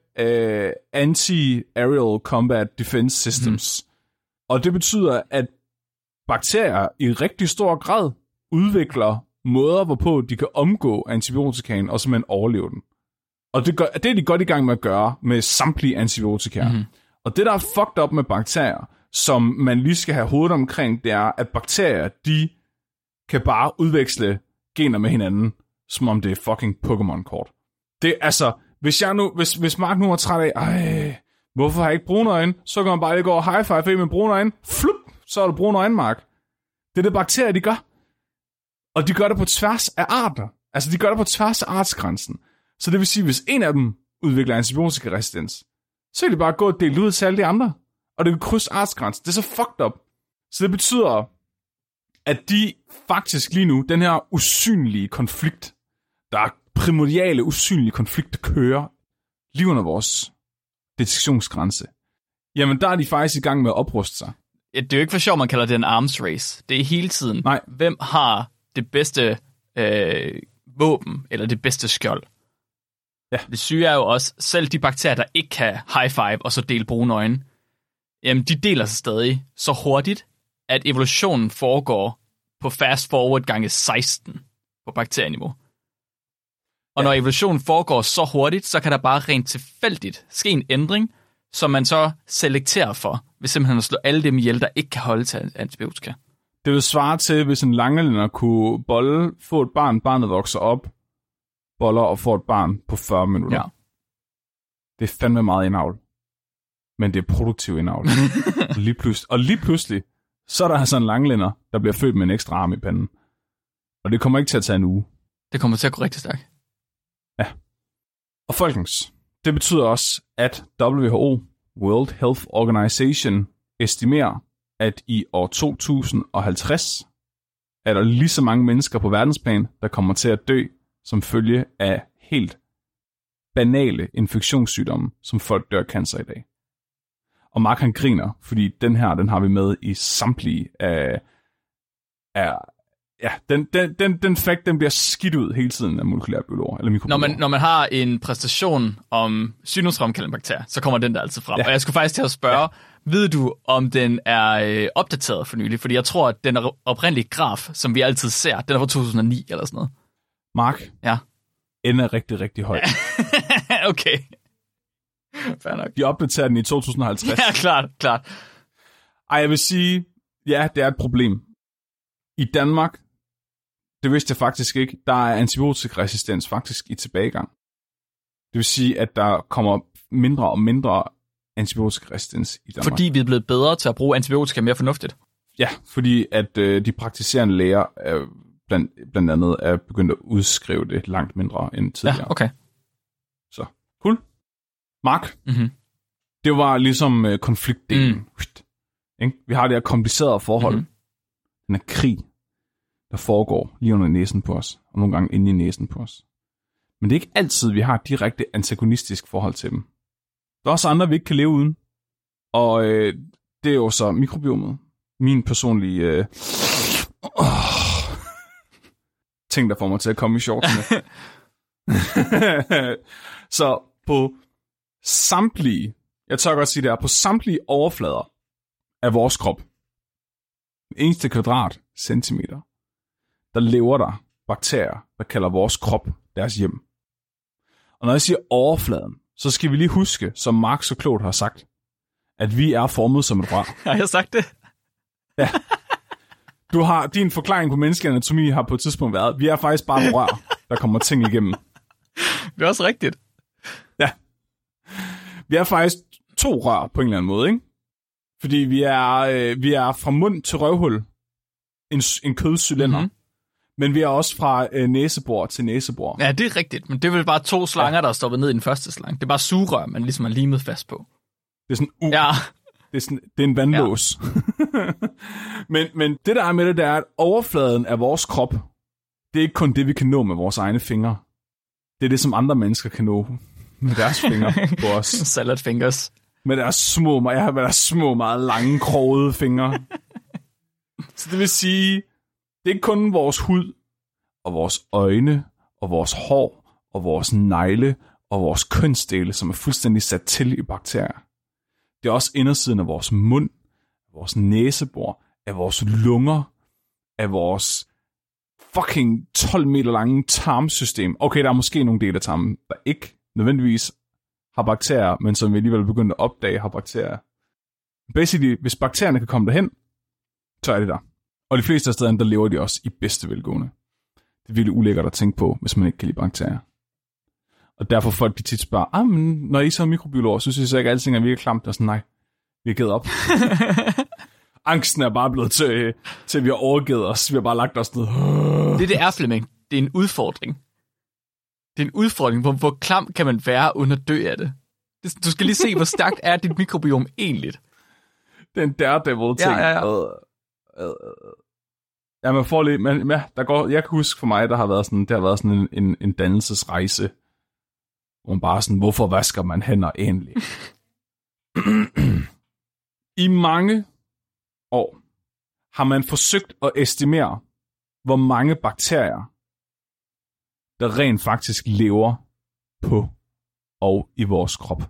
anti-aerial combat defense systems. Og det betyder, at bakterier i rigtig stor grad udvikler måder, hvorpå de kan omgå antibiotikaen og simpelthen overleve den. Og det er de godt i gang med at gøre med samtlige antibiotika. Mm-hmm. Og det, der er fucked up med bakterier, som man lige skal have hovedet omkring, det er, at bakterier, de kan bare udveksle gener med hinanden, som om det er fucking Pokémon-kort. Det er altså, hvis Mark nu er træt af, hvorfor har jeg ikke brune øjne? Så kan man bare lige gå og high-five med brune øjne. Flup, så er du brune øjne, Mark. Det er det bakterier, de gør. Og de gør det på tværs af arter. Altså, de gør det på tværs af artsgrænsen. Så det vil sige, hvis en af dem udvikler antibiotikaresistens, så kan de bare gå og dele ud til alle de andre. Og det vil krydse artsgrænsen. Det er så fucked up. Så det betyder, at de faktisk lige nu, den her usynlige konflikt, der er primordiale usynlige konflikt, der kører lige under vores detektionsgrænse, jamen der er de faktisk i gang med at opruste sig. Det er jo ikke for sjov, man kalder det en arms race. Det er hele tiden, hvem har det bedste våben, eller det bedste skjold. Ja. Det syge er jo også, selv de bakterier, der ikke kan high five og så dele brune øjne, jamen de deler sig stadig så hurtigt, at evolutionen foregår på fast forward gange 16 på bakterieniveau. Og når evolutionen foregår så hurtigt, så kan der bare rent tilfældigt ske en ændring, som man så selekterer for, ved simpelthen at slå alle dem ihjel, der ikke kan holde til antibiotika. Det vil svare til, hvis en langelænder kunne få et barn, barnet vokser op, boller og får et barn på 40 minutter. Ja. Det er fandme meget indavl. Men det er produktiv indavl. og lige pludselig, så er der altså en langlænder, der bliver født med en ekstra arm i panden. Og det kommer ikke til at tage en uge. Det kommer til at gå rigtig stærkt. Ja. Og folkens, det betyder også, at WHO, World Health Organization, estimerer, at i år 2050 er der lige så mange mennesker på verdensplan, der kommer til at dø som følge af helt banale infektionssygdomme, som folk dør af cancer i dag. Og Mark han griner, fordi den har vi med i samtlige af den fact, den bliver skidt ud hele tiden af molekylærbiologer eller mikrobiologer. Når man har en præstation om sygdomsfremkaldende bakterier, så kommer den der altid frem. Ja. Og jeg skulle faktisk til at spørge, ved du, om den er opdateret for nylig? Fordi jeg tror, at den oprindelige graf, som vi altid ser, den er fra 2009 eller sådan noget. Mark? Ja. Den er rigtig, rigtig høj. Okay. Fair nok. De opdaterer den i 2050. Ja, klart. Ej, jeg vil sige, ja, det er et problem. I Danmark, det vidste jeg faktisk ikke, der er antibiotikaresistens faktisk i tilbagegang. Det vil sige, at der kommer mindre og mindre antibiotikaresistens i Danmark. Fordi vi er blevet bedre til at bruge antibiotika mere fornuftigt? Ja, fordi at de praktiserende læger blandt andet er begyndt at udskrive det langt mindre end tidligere. Ja, okay. Så, cool. Mark, det var ligesom konfliktdelen. Vi har det her komplicerede forhold. Den her krig, der foregår lige under næsen på os, og nogle gange inde i næsen på os. Men det er ikke altid, vi har et direkte antagonistisk forhold til dem. Der er også andre, vi ikke kan leve uden. Og det er jo så mikrobiomet. Min personlige ting, der får mig til at komme i shortsene. Så på samtlige, jeg tør godt sige det her, på samtlige overflader af vores krop, eneste kvadrat centimeter, der lever der bakterier, der kalder vores krop deres hjem. Og når jeg siger overfladen, så skal vi lige huske, som Mark så klogt har sagt, at vi er formet som et rør. Har jeg sagt det? Ja. Din forklaring på menneskelig anatomi har på et tidspunkt været, vi er faktisk bare et rør, der kommer ting igennem. Det er også rigtigt. Ja. Vi er faktisk 2 rør på en eller anden måde, ikke? Fordi vi er fra mund til røvhul en kødcylinder. Mm-hmm. Men vi er også fra næsebor til næsebor. Ja, det er rigtigt. Men det er vel bare 2 slanger, der er stoppet ned i den første slange. Det er bare sugerør, man ligesom er limet fast på. Det er sådan det er en vandlås. Ja. men det der er med det er, at overfladen af vores krop, det er ikke kun det, vi kan nå med vores egne fingre. Det er det, som andre mennesker kan nå med deres fingre på os. Salad fingers. Med deres små, meget lange, krogede fingre. Så det vil sige, det er ikke kun vores hud, og vores øjne, og vores hår, og vores negle, og vores kønsdele, som er fuldstændig sat til i bakterier. Det er også indersiden af vores mund, vores næsebor, af vores lunger, af vores fucking 12 meter lange tarmsystem. Okay, der er måske nogle dele af tarmen, der ikke nødvendigvis har bakterier, men som vi alligevel er begyndt at opdage har bakterier. Basically, hvis bakterierne kan komme derhen, så er det der. Og de fleste af stederne, der lever de også i bedste velgående. Det er virkelig ulækkert at tænke på, hvis man ikke kan lide bakterier. Og derfor folk de tit spørger, men når I så er mikrobiologer, så synes jeg ikke, at alting er virkelig klamt. Og sådan, nej, vi har givet op. Angsten er bare blevet til vi har overgivet os. Vi har bare lagt os ned. Det er, Flemming. Det er en udfordring. Det er en udfordring, hvor klam kan man være uden at dø af det. Du skal lige se, hvor stærkt er dit mikrobiom egentlig. Det er en daredevil-ting. Ja. Ja, man får lige... jeg kan huske for mig, det har været sådan en dannelsesrejse, hvor man bare sådan, hvorfor vasker man hænder egentlig? I mange år har man forsøgt at estimere, hvor mange bakterier, der rent faktisk lever på og i vores krop.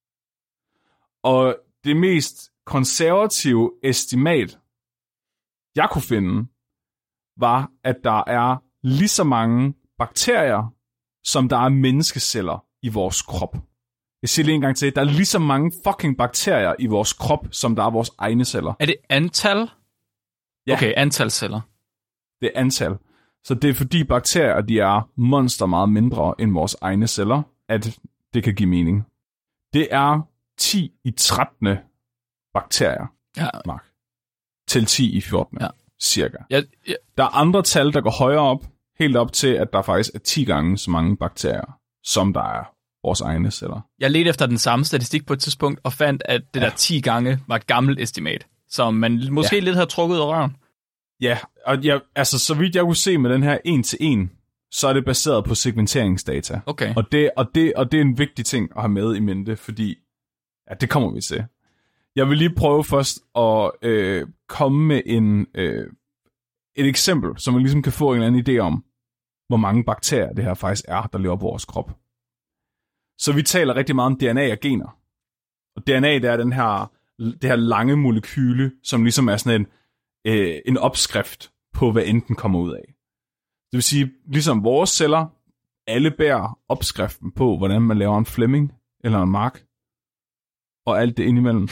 Og det mest konservative estimat, jeg kunne finde, var, at der er lige så mange bakterier, som der er menneskeceller i vores krop. Jeg siger lige en gang til, der er lige så mange fucking bakterier i vores krop, som der er vores egne celler. Er det antal? Ja. Okay, antal celler. Det er antal. Så det er fordi bakterier, de er monster meget mindre end vores egne celler, at det kan give mening. Det er 10 i 13. bakterier, Mark. Til 10 i 14. Ja. Cirka. Ja. Der er andre tal, der går højere op, helt op til, at der faktisk er 10 gange så mange bakterier, som der er vores egne celler. Jeg ledte efter den samme statistik på et tidspunkt, og fandt, at det der 10 gange var et gammelt estimat, som man måske lidt havde trukket ud af røven. Ja, og så vidt jeg kunne se med den her 1-til-1, så er det baseret på segmenteringsdata. Okay. Og det er en vigtig ting at have med i mente, fordi det kommer vi til. Jeg vil lige prøve først at komme med et eksempel, så man ligesom kan få en eller anden idé om, hvor mange bakterier det her faktisk er, der lever på vores krop. Så vi taler rigtig meget om DNA og gener. Og DNA, det er det her lange molekyle, som ligesom er sådan en opskrift på, hvad enten kommer ud af. Det vil sige, ligesom vores celler, alle bærer opskriften på, hvordan man laver en Flemming eller en Mark, og alt det indimellem.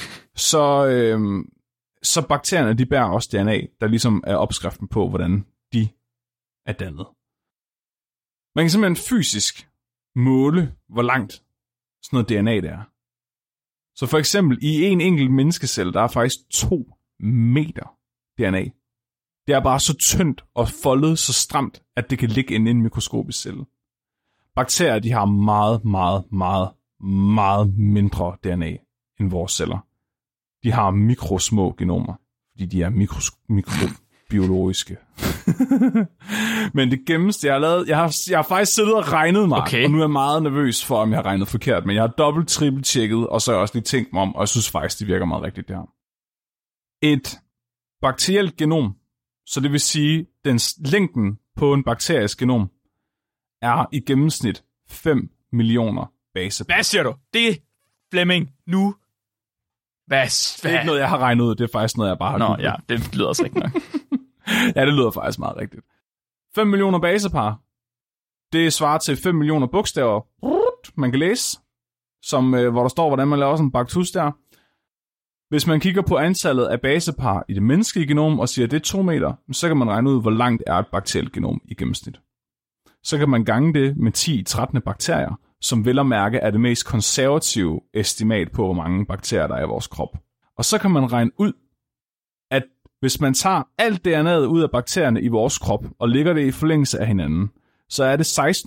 Så bakterierne, de bærer også DNA, der ligesom er opskriften på, hvordan de er dannet. Man kan simpelthen fysisk måle, hvor langt sådan noget DNA det er. Så for eksempel i en enkelt menneskecelle, der er faktisk 2 meter DNA. Det er bare så tyndt og foldet så stramt, at det kan ligge inde i en mikroskopisk celle. Bakterier, de har meget, meget, meget, meget mindre DNA end vores celler. De har mikrosmå genomer, fordi de er mikrobiologiske. Men det gennemste, jeg har lavet, jeg har faktisk siddet og regnet mig, og nu er jeg meget nervøs for, om jeg har regnet forkert, men jeg har trippelt-tjekket, og så har jeg også lige tænkt mig om, og jeg synes faktisk, det virker meget rigtigt, det her. Et bakterielt genom, Så det vil sige, dens længden på en bakteries genom er i gennemsnit 5 millioner basepar. Hvad siger du? Det, Flemming, nu... Hvad? Det er ikke noget, jeg har regnet ud. Det er faktisk noget, jeg bare har googlet. Ja, det lyder også rigtigt nok. Ja, det lyder faktisk meget rigtigt. 5 millioner basepar. Det svarer til 5 millioner bogstaver, man kan læse, som, hvor der står, hvordan man laver sådan en baktus der. Hvis man kigger på antallet af basepar i det menneskelige genom og siger, at det er 2 meter, så kan man regne ud, hvor langt er et bakterielt genom i gennemsnit. Så kan man gange det med 10-13 bakterier, som vel at mærke er det mest konservative estimat på, hvor mange bakterier der er i vores krop. Og så kan man regne ud, at hvis man tager alt DNA'et ud af bakterierne i vores krop og lægger det i forlængelse af hinanden, så er det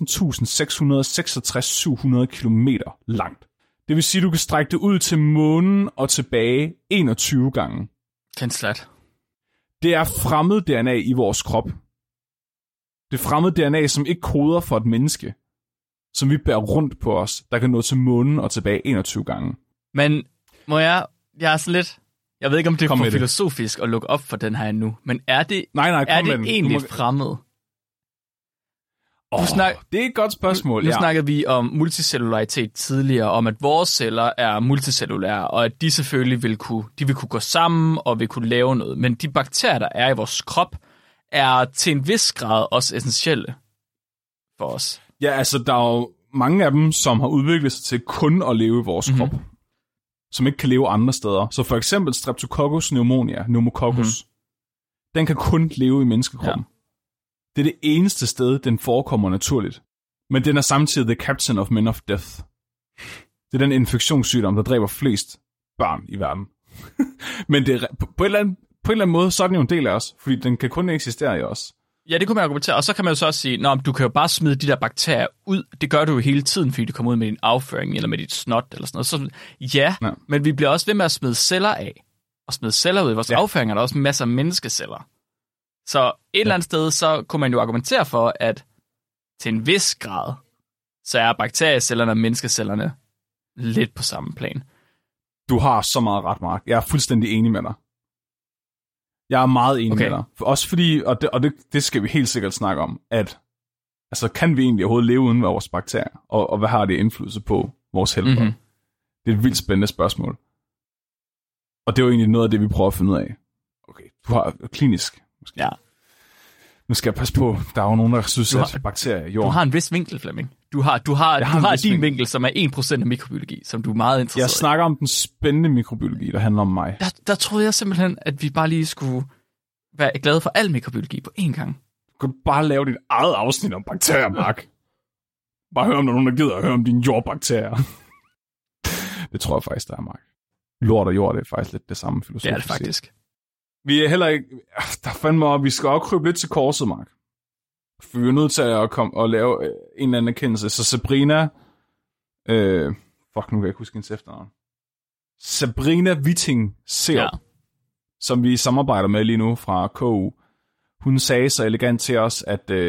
16.666.700 kilometer langt. Det vil sige, at du kan strække det ud til månen og tilbage 21 gange. Kenslet. Det er fremmed DNA i vores krop. Det er fremmed DNA, som ikke koder for et menneske, som vi bærer rundt på os, der kan nå til månen og tilbage 21 gange. Men må jeg er sådan lidt... Jeg ved ikke, om det er for filosofisk at lukke op for den her nu, men er det, egentlig fremmed? Det er et godt spørgsmål. Nu snakkede vi om multicellularitet tidligere, om at vores celler er multicellulære, og at de selvfølgelig vil kunne gå sammen og vil kunne lave noget. Men de bakterier, der er i vores krop, er til en vis grad også essentielle for os. Ja, altså der er jo mange af dem, som har udviklet sig til kun at leve i vores krop, som ikke kan leve andre steder. Så for eksempel Streptococcus pneumococcus, den kan kun leve i menneskekroppen. Ja. Det er det eneste sted, den forekommer naturligt. Men den er samtidig the captain of men of death. Det er den infektionssygdom, der dræber flest børn i verden. Men det er, på en eller anden måde, så er den jo en del af os, fordi den kan kun eksistere i os. Ja, det kunne man argumentere. Og så kan man jo så også sige, du kan jo bare smide de der bakterier ud. Det gør du jo hele tiden, fordi du kommer ud med din afføring, eller med dit snot, eller sådan noget. Så, men vi bliver også ved med at smide celler af. Og smide celler ud i vores afføring, er der også masser af menneskeceller. Så et eller andet sted, så kunne man jo argumentere for, at til en vis grad, så er bakteriecellerne og menneskecellerne lidt på samme plan. Du har så meget ret, Mark. Jeg er fuldstændig enig med dig. Jeg er meget enig med dig. Også fordi, og det skal vi helt sikkert snakke om, at altså, kan vi egentlig overhovedet leve uden vores bakterier? Og hvad har det indflydelse på vores helbred? Det er et vildt spændende spørgsmål. Og det er jo egentlig noget af det, vi prøver at finde ud af. Okay, du har klinisk. Måske. Ja. Nu skal jeg passe på, der er jo nogen, der synes, at bakterier er jord. Du har en vis vinkel, Flemming. Du har din vinkel, som er 1% af mikrobiologi, som du er meget interesseret i. Jeg snakker om den spændende mikrobiologi, der handler om mig. Der troede jeg simpelthen, at vi bare lige skulle være glade for al mikrobiologi på én gang. Du kan bare lave dit eget afsnit om bakterier, Mark. Bare hør om der er nogen, der gider at høre om dine jordbakterier. Det tror jeg faktisk, der er, Mark. Lort og jord, det er faktisk lidt det samme filosofisk. Det er det faktisk. Vi er heller ikke... Der fandme op, vi skal også krybe lidt til korset, Mark. For vi er nødt til at komme og lave en eller anden erkendelse. Så Sabrina... nu kan jeg ikke huske hendes efternavn. Sabrina Witting Serup, som vi samarbejder med lige nu fra KU. Hun sagde så elegant til os, at 99%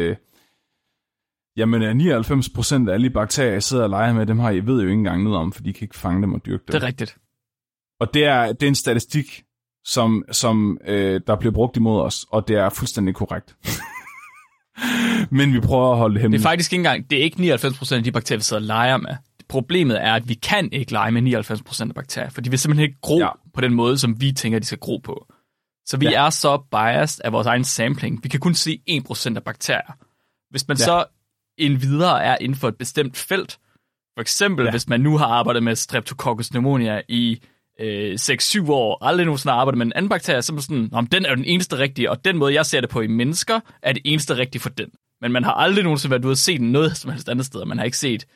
af alle de bakterier, jeg sidder og leger med, dem har I ved jo ikke engang noget om, for de kan ikke fange dem og dyrke dem. Det er rigtigt. Og det er en statistik, som der bliver brugt imod os, og det er fuldstændig korrekt. Men vi prøver at holde det hemmeligt. Det er faktisk ikke engang, det er ikke 99% af de bakterier, vi sidder og leger med. Problemet er, at vi kan ikke lege med 99% af bakterier, for de vil simpelthen ikke gro på den måde, som vi tænker, de skal gro på. Så vi er så biased af vores egen sampling. Vi kan kun se 1% af bakterier. Hvis man så endvidere er inden for et bestemt felt, for eksempel hvis man nu har arbejdet med Streptococcus pneumonia i 6-7 år, aldrig nogensinde har arbejdet med en anden bakterie, så er man sådan, den er jo den eneste rigtige, og den måde, jeg ser det på i mennesker, er det eneste rigtige for den. Men man har aldrig nogensinde været ude og set noget som helst andet sted, og man har ikke set,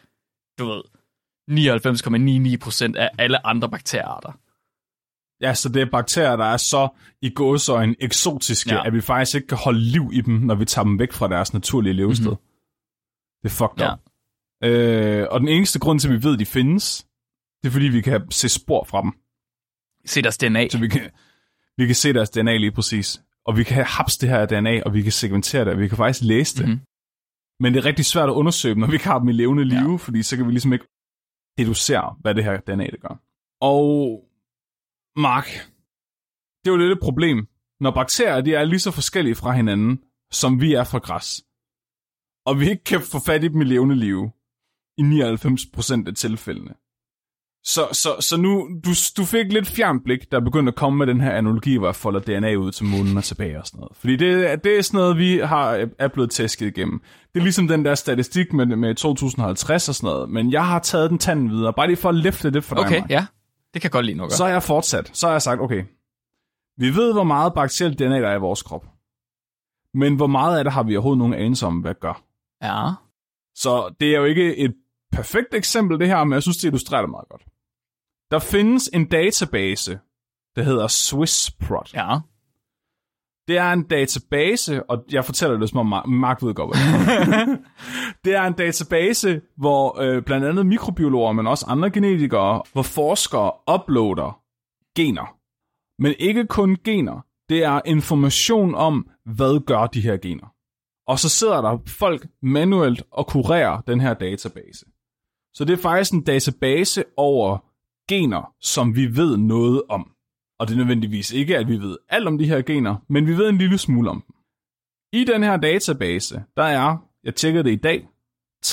99,99% af alle andre bakteriearter. Ja, så det er bakterier, der er så i gåseøjne eksotiske, at vi faktisk ikke kan holde liv i dem, når vi tager dem væk fra deres naturlige levested. Det er fucked up. Og den eneste grund til, at vi ved, at de findes, det er fordi, vi kan se spor fra dem. Se deres DNA. Så vi kan se deres DNA lige præcis. Og vi kan hapse det her DNA, og vi kan segmentere det, og vi kan faktisk læse det. Men det er rigtig svært at undersøge dem, når vi ikke har dem i levende live, fordi så kan vi ligesom ikke deducere, hvad det her DNA det gør. Og Mark, det er jo lidt et problem, når bakterier de er lige så forskellige fra hinanden, som vi er fra græs, og vi ikke kan få fat i dem i levende live, i 99% af tilfældene. Så nu, du fik lidt fjernt blik, der begyndte at komme med den her analogi, hvor jeg folder DNA ud til månen og tilbage og sådan noget. Fordi det er sådan noget, vi er blevet tæsket igennem. Det er ligesom den der statistik med 2050 og sådan noget, men jeg har taget den tanden videre, bare lige for at løfte det for dig. Okay, ja. Det kan godt lide noget. Så har jeg fortsat. Så har jeg sagt, okay, vi ved, hvor meget bakterielt DNA der er i vores krop. Men hvor meget af det har vi overhovedet nogen anelse om, hvad det gør? Ja. Så det er jo ikke et perfekt eksempel, det her, men jeg synes, det illustrerer det meget godt. Der findes en database, der hedder SwissProt. Ja. Det er en database, og jeg fortæller det, som om Mark ved godt, det er en database, hvor blandt andet mikrobiologer, men også andre genetikere, hvor forskere uploader gener. Men ikke kun gener. Det er information om, hvad gør de her gener. Og så sidder der folk manuelt og kurerer den her database. Så det er faktisk en database over gener, som vi ved noget om. Og det er nødvendigvis ikke, at vi ved alt om de her gener, men vi ved en lille smule om dem. I den her database, der er, jeg tjekkede det i dag, 335.891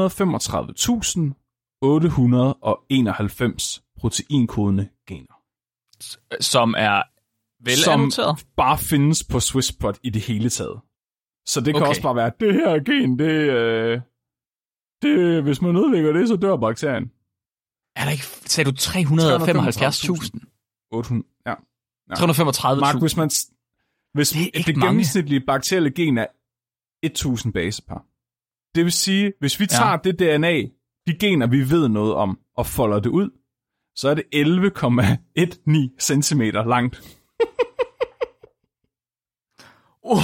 proteinkodende gener. Som er velannoteret? Som bare findes på SwissProt i det hele taget. Så det kan også bare være, at det her gen, det hvis man ødelægger det, så dør bakterien. Er der ikke, sagde du 375.000? 800, ja. 335.000. Mark, hvis det gennemsnitlige bakterielle gen er 1000 basepar. Det vil sige, hvis vi tager det DNA, de gener, vi ved noget om, og folder det ud, så er det 11,19 cm langt. Og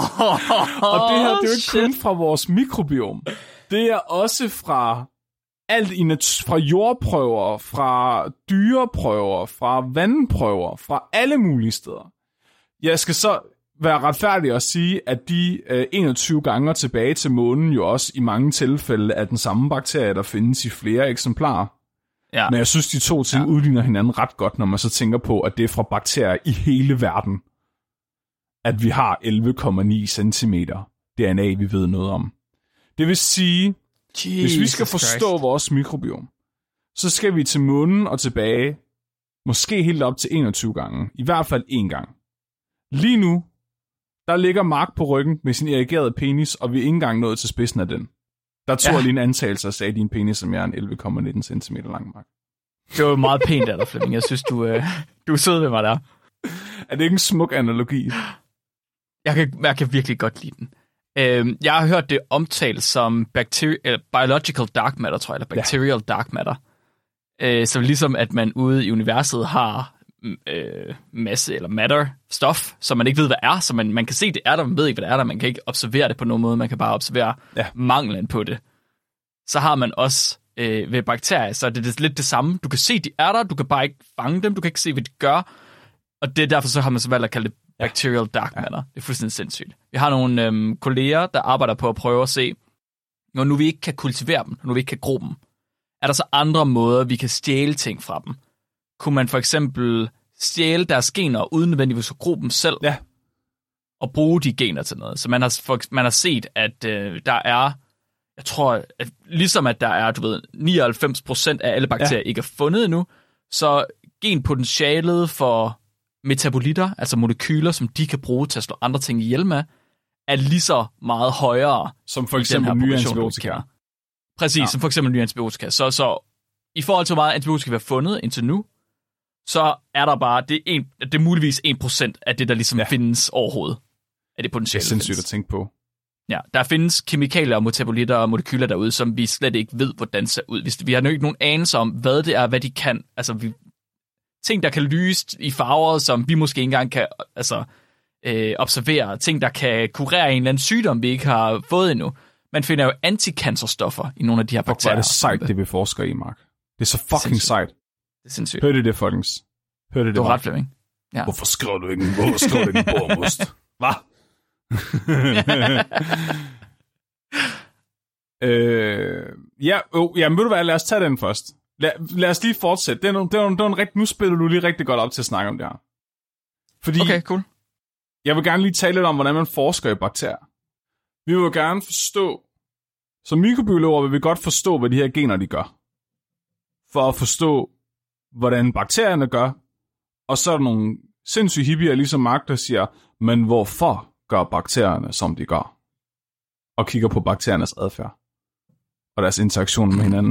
det her, det er jo ikke kun fra vores mikrobiom. Det er også fra alt fra jordprøver, fra dyreprøver, fra vandprøver, fra alle mulige steder. Jeg skal så være retfærdig at sige, at de 21 gange tilbage til månen jo også i mange tilfælde er den samme bakterie, der findes i flere eksemplarer. Ja. Men jeg synes, de to ting udligner hinanden ret godt, når man så tænker på, at det er fra bakterier i hele verden, at vi har 11,9 cm DNA, vi ved noget om. Det vil sige, hvis vi skal forstå vores mikrobiom, så skal vi til månen og tilbage, måske helt op til 21 gange, i hvert fald 1 gang. Lige nu, der ligger Mark på ryggen med sin erigerede penis, og vi er ikke engang nået til spidsen af den. Der tog jeg lige en antagelse og sagde, din penis som er en 11,19 cm lang, Mark. Det var meget pænt af dig, Flemming. Jeg synes, du er sød ved mig der. Er det ikke en smuk analogi? Jeg kan virkelig godt lide den. Jeg har hørt det omtalt som biological dark matter, tror jeg, eller bacterial dark matter. Så ligesom at man ude i universet har masse eller matter stof, som man ikke ved, hvad er, så man kan se, det er der, man ved ikke, hvad det er der, man kan ikke observere det på nogen måde, man kan bare observere manglen på det. Så har man også ved bakterier, så det er lidt det samme. Du kan se, de er der, du kan bare ikke fange dem, du kan ikke se, hvad de gør, og det er derfor, så har man så valgt at kalde det bacterial dark matter. Det er fuldstændig sindssygt. Vi har nogle kolleger, der arbejder på at prøve at se, når nu vi ikke kan kultivere dem, når vi ikke kan gro dem, er der så andre måder, vi kan stjæle ting fra dem? Kunne man for eksempel stjæle deres gener, uden nødvendigvis at gro dem selv, og bruge de gener til noget? Så man har set, at der er, jeg tror, at ligesom at der er, 99% af alle bakterier ikke er fundet endnu, så genpotentialet for metabolitter, altså molekyler, som de kan bruge til at slå andre ting ihjel med, er lige så meget højere. Som for eksempel nye antibiotika. Præcis, som for eksempel nye antibiotika. Så i forhold til, hvor meget antibiotika vi har fundet indtil nu, så er der bare, det er muligvis 1% af det, der ligesom findes overhovedet. Af det potentiale. Det er sindssygt at tænke på. Ja, der findes kemikalier og metabolitter og molekyler derude, som vi slet ikke ved, hvordan ser ud. Vi har nok ikke nogen anelse om, hvad det er, hvad de kan. Altså, ting, der kan lyse i farver, som vi måske ikke engang kan observere. Ting, der kan kurere en eller anden sygdom, vi ikke har fået endnu. Man finder jo anticancerstoffer i nogle af de her bakterier. Hvor er det sejt, det vi forsker i, Mark. Det er så fucking sejt. Det er sindssygt. Hørte det, folkens? Hørte det, du har ret, Flemming. Ja. Hvorfor skriver du ikke en bormost? Hvad? Jamen ved du hvad, lad os tage den først. Lad os lige fortsætte. Nu spiller du lige rigtig godt op til at snakke om det her. Fordi okay, cool. Jeg vil gerne lige tale lidt om, hvordan man forsker i bakterier. Vi vil gerne forstå, som mikrobiologer vil vi godt forstå, hvad de her gener de gør. For at forstå, hvordan bakterierne gør. Og så er der nogle sindssyge hippier, ligesom Mark, der siger, men hvorfor gør bakterierne, som de gør? Og kigger på bakteriernes adfærd. Og deres interaktion med hinanden.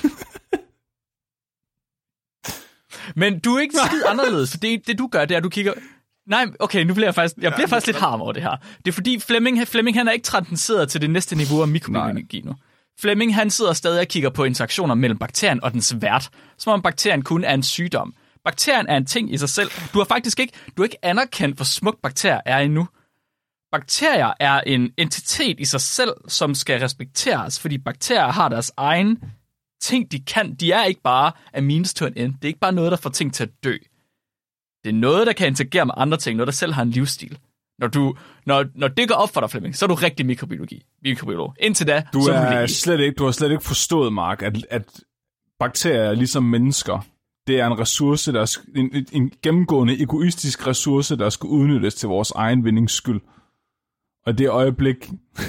Men du er ikke skid anderledes, for det du gør, det er, at du kigger... Nej, okay, nu bliver jeg faktisk lidt harm over det her. Det er fordi Flemming han er ikke transcenderet til det næste niveau af mikrobiologi nu. Flemming, han sidder stadig og kigger på interaktioner mellem bakterien og dens vært, som om bakterien kun er en sygdom. Bakterien er en ting i sig selv. Du har ikke anerkendt, hvor smuk bakterier er endnu. Bakterier er en entitet i sig selv, som skal respekteres, fordi bakterier har deres egen ting, de kan. De er ikke bare a means to an end. Det er ikke bare noget, der får ting til at dø. Det er noget, der kan interagere med andre ting, noget, der selv har en livsstil. Når det går op for dig, Flemming, så er du rigtig mikrobiolog. Indtil da, du har slet ikke forstået, Mark, at bakterier er ligesom mennesker. Det er en ressource, der en gennemgående egoistisk ressource, der skal udnyttes til vores egen vindings skyld. Og det øjeblik...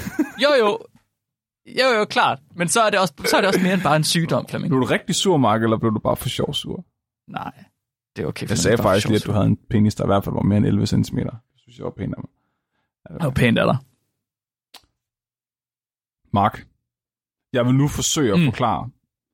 Jo, klart. Men så er det også mere end bare en sygdom, Flemming. Blev du rigtig sur, Mark, eller blev du bare for sjov sur? Nej, det er okay. Jeg sagde faktisk lige, at du havde en penis, der i hvert fald var mere end 11 cm. Det synes jeg var pænt af mig. Det var pænt af dig. Mark, jeg vil nu forsøge at forklare,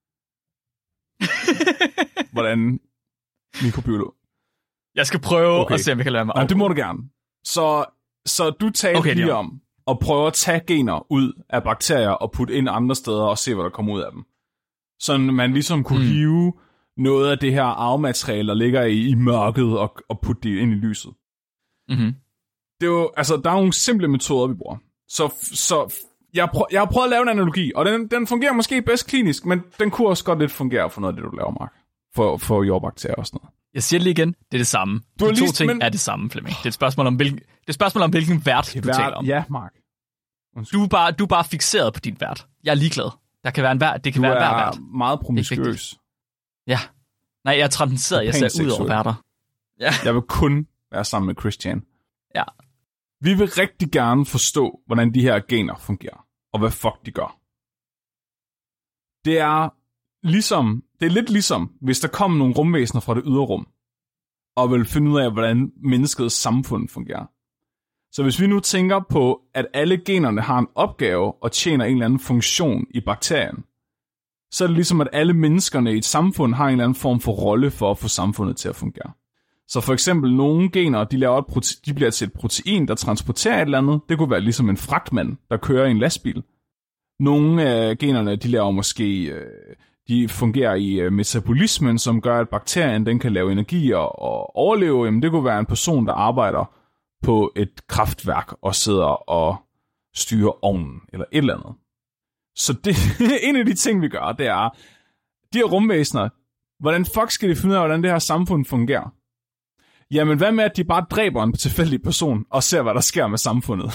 hvordan mikrobiolog... Jeg skal prøve at se, om jeg kan lade mig af. Det må du gerne. Så du taler lige om at prøve at tage gener ud af bakterier og putte ind andre steder og se, hvad der kommer ud af dem. Så man ligesom kunne hive noget af det her arvemateriale, der ligger i mørket og putte det ind i lyset. Mm-hmm. Det er jo, altså, der er nogle simple metoder, vi bruger. Så jeg har prøvet at lave en analogi, og den fungerer måske bedst klinisk, men den kunne også godt lidt fungere for noget af det, du laver, Mark. For jordbakterier og sådan noget. Jeg siger lige igen, det er det samme. De to ting er det samme, Flemming. Det er et spørgsmål om, hvilken vært du taler om. Ja, Mark. Du er bare fixeret på din vært. Jeg er ligeglad. Der kan være en vært. Det kan være hver vært. Du er meget promiskuøs. Ja. Nej, jeg er transcenderet. Jeg ser ud over værter. Ja. Jeg vil kun være sammen med Christian. Ja. Vi vil rigtig gerne forstå, hvordan de her gener fungerer, og hvad fuck de gør. Det er lidt ligesom, hvis der kom nogle rumvæsener fra det ydre rum, og vil finde ud af, hvordan menneskets samfund fungerer. Så hvis vi nu tænker på, at alle generne har en opgave og tjener en eller anden funktion i bakterien, så er det ligesom, at alle menneskerne i et samfund har en eller anden form for rolle for at få samfundet til at fungere. Så for eksempel nogle gener, de bliver til et protein, der transporterer et eller andet. Det kunne være ligesom en fragtmand, der kører i en lastbil. Nogle af generne, de laver måske... De fungerer i metabolismen, som gør, at bakterien den kan lave energi og overleve. Jamen, det kunne være en person, der arbejder på et kraftværk og sidder og styrer ovnen eller et eller andet. Så det en af de ting, vi gør, det er, de her rumvæsener, hvordan fuck skal de finde ud af, hvordan det her samfund fungerer? Jamen, hvad med, at de bare dræber en tilfældig person og ser, hvad der sker med samfundet?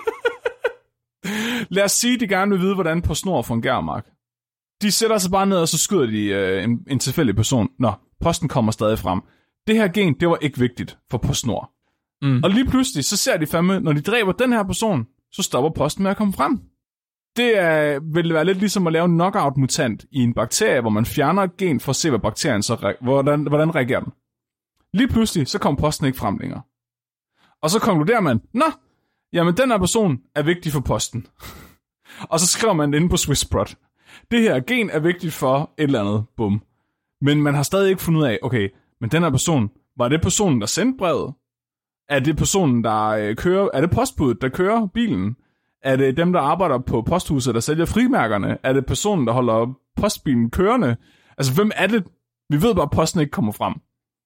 Lad os sige, at de gerne vil vide, hvordan PostNord fungerer, Mark. De sætter sig bare ned, og så skyder de en tilfældig person. Nå, posten kommer stadig frem. Det her gen, det var ikke vigtigt for PostNord. Og lige pludselig, så ser de fandme, når de dræber den her person, så stopper posten med at komme frem. Det vil være lidt ligesom at lave en knockout-mutant i en bakterie, hvor man fjerner et gen for at se, hvad bakterien så hvordan reagerer den. Lige pludselig, så kommer posten ikke frem længere. Og så konkluderer man, jamen den her person er vigtig for posten. Og så skriver man det inde på SwissProt. Det her gen er vigtigt for et eller andet, bum. Men man har stadig ikke fundet ud af, okay, men den her person, var det personen, der sendte brevet? Er det personen, der kører, er det postbuddet, der kører bilen? Er det dem, der arbejder på posthuset, der sælger frimærkerne? Er det personen, der holder postbilen kørende? Altså, hvem er det? Vi ved bare, at posten ikke kommer frem.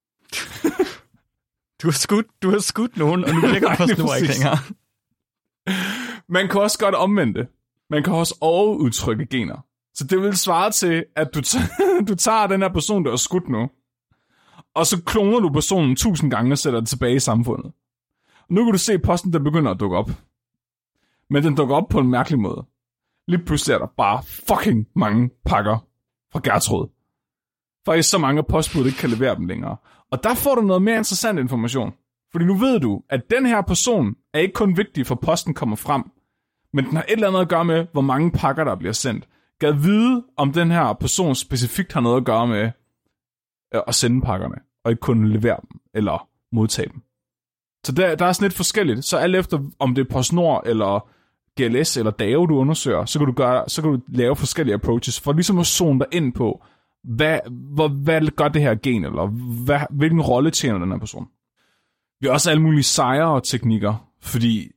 Du har skudt nogen, og nu virker PostNord ikke længere. Man kan også godt omvende det. Man kan også overudtrykke gener. Så det vil svare til, at du tager den her person, der er skudt nu, og så kloner du personen 1000 gange og sætter den tilbage i samfundet. Og nu kan du se, at posten der begynder at dukke op. Men den dukker op på en mærkelig måde. Lige pludselig er der bare fucking mange pakker fra Gertrud. Faktisk så mange, at postbuddet ikke kan levere dem længere. Og der får du noget mere interessant information. Fordi nu ved du, at den her person er ikke kun vigtig for posten kommer frem, men den har et eller andet at gøre med, hvor mange pakker, der bliver sendt. Gad vide, om den her person specifikt har noget at gøre med at sende pakkerne, og ikke kun levere dem, eller modtage dem. Så der er sådan lidt forskelligt. Så alt efter, om det er PostNord, eller GLS, eller DAO, du undersøger, så kan du lave forskellige approaches, for ligesom at zone dig ind på, hvad gør det her gen, eller hvilken rolle tjener den her person. Vi har også alle mulige sejre-teknikker, fordi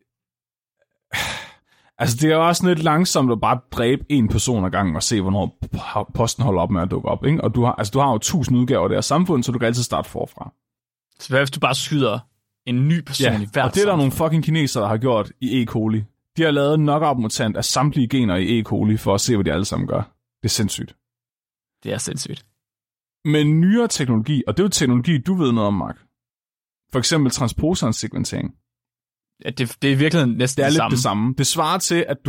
altså det er jo også lidt langsomt at bare dræbe en person ad gangen og se, hvornår posten holder op med at dukke op. Ikke? Og du har jo 1000 udgaver af det her samfund, så du kan altid starte forfra. Så hvad hvis du bare skyder en ny person i hvert og det er der nogle fucking kinesere, der har gjort i E. coli. De har lavet en knockout-mutant af samtlige gener i E. coli, for at se, hvad de alle sammen gør. Det er sindssygt. Det er sindssygt. Men nyere teknologi, og det er jo teknologi, du ved noget om, Mark. For eksempel transposon-sekventering. Ja, det er virkelig næsten det samme. Det samme. Det svarer til, at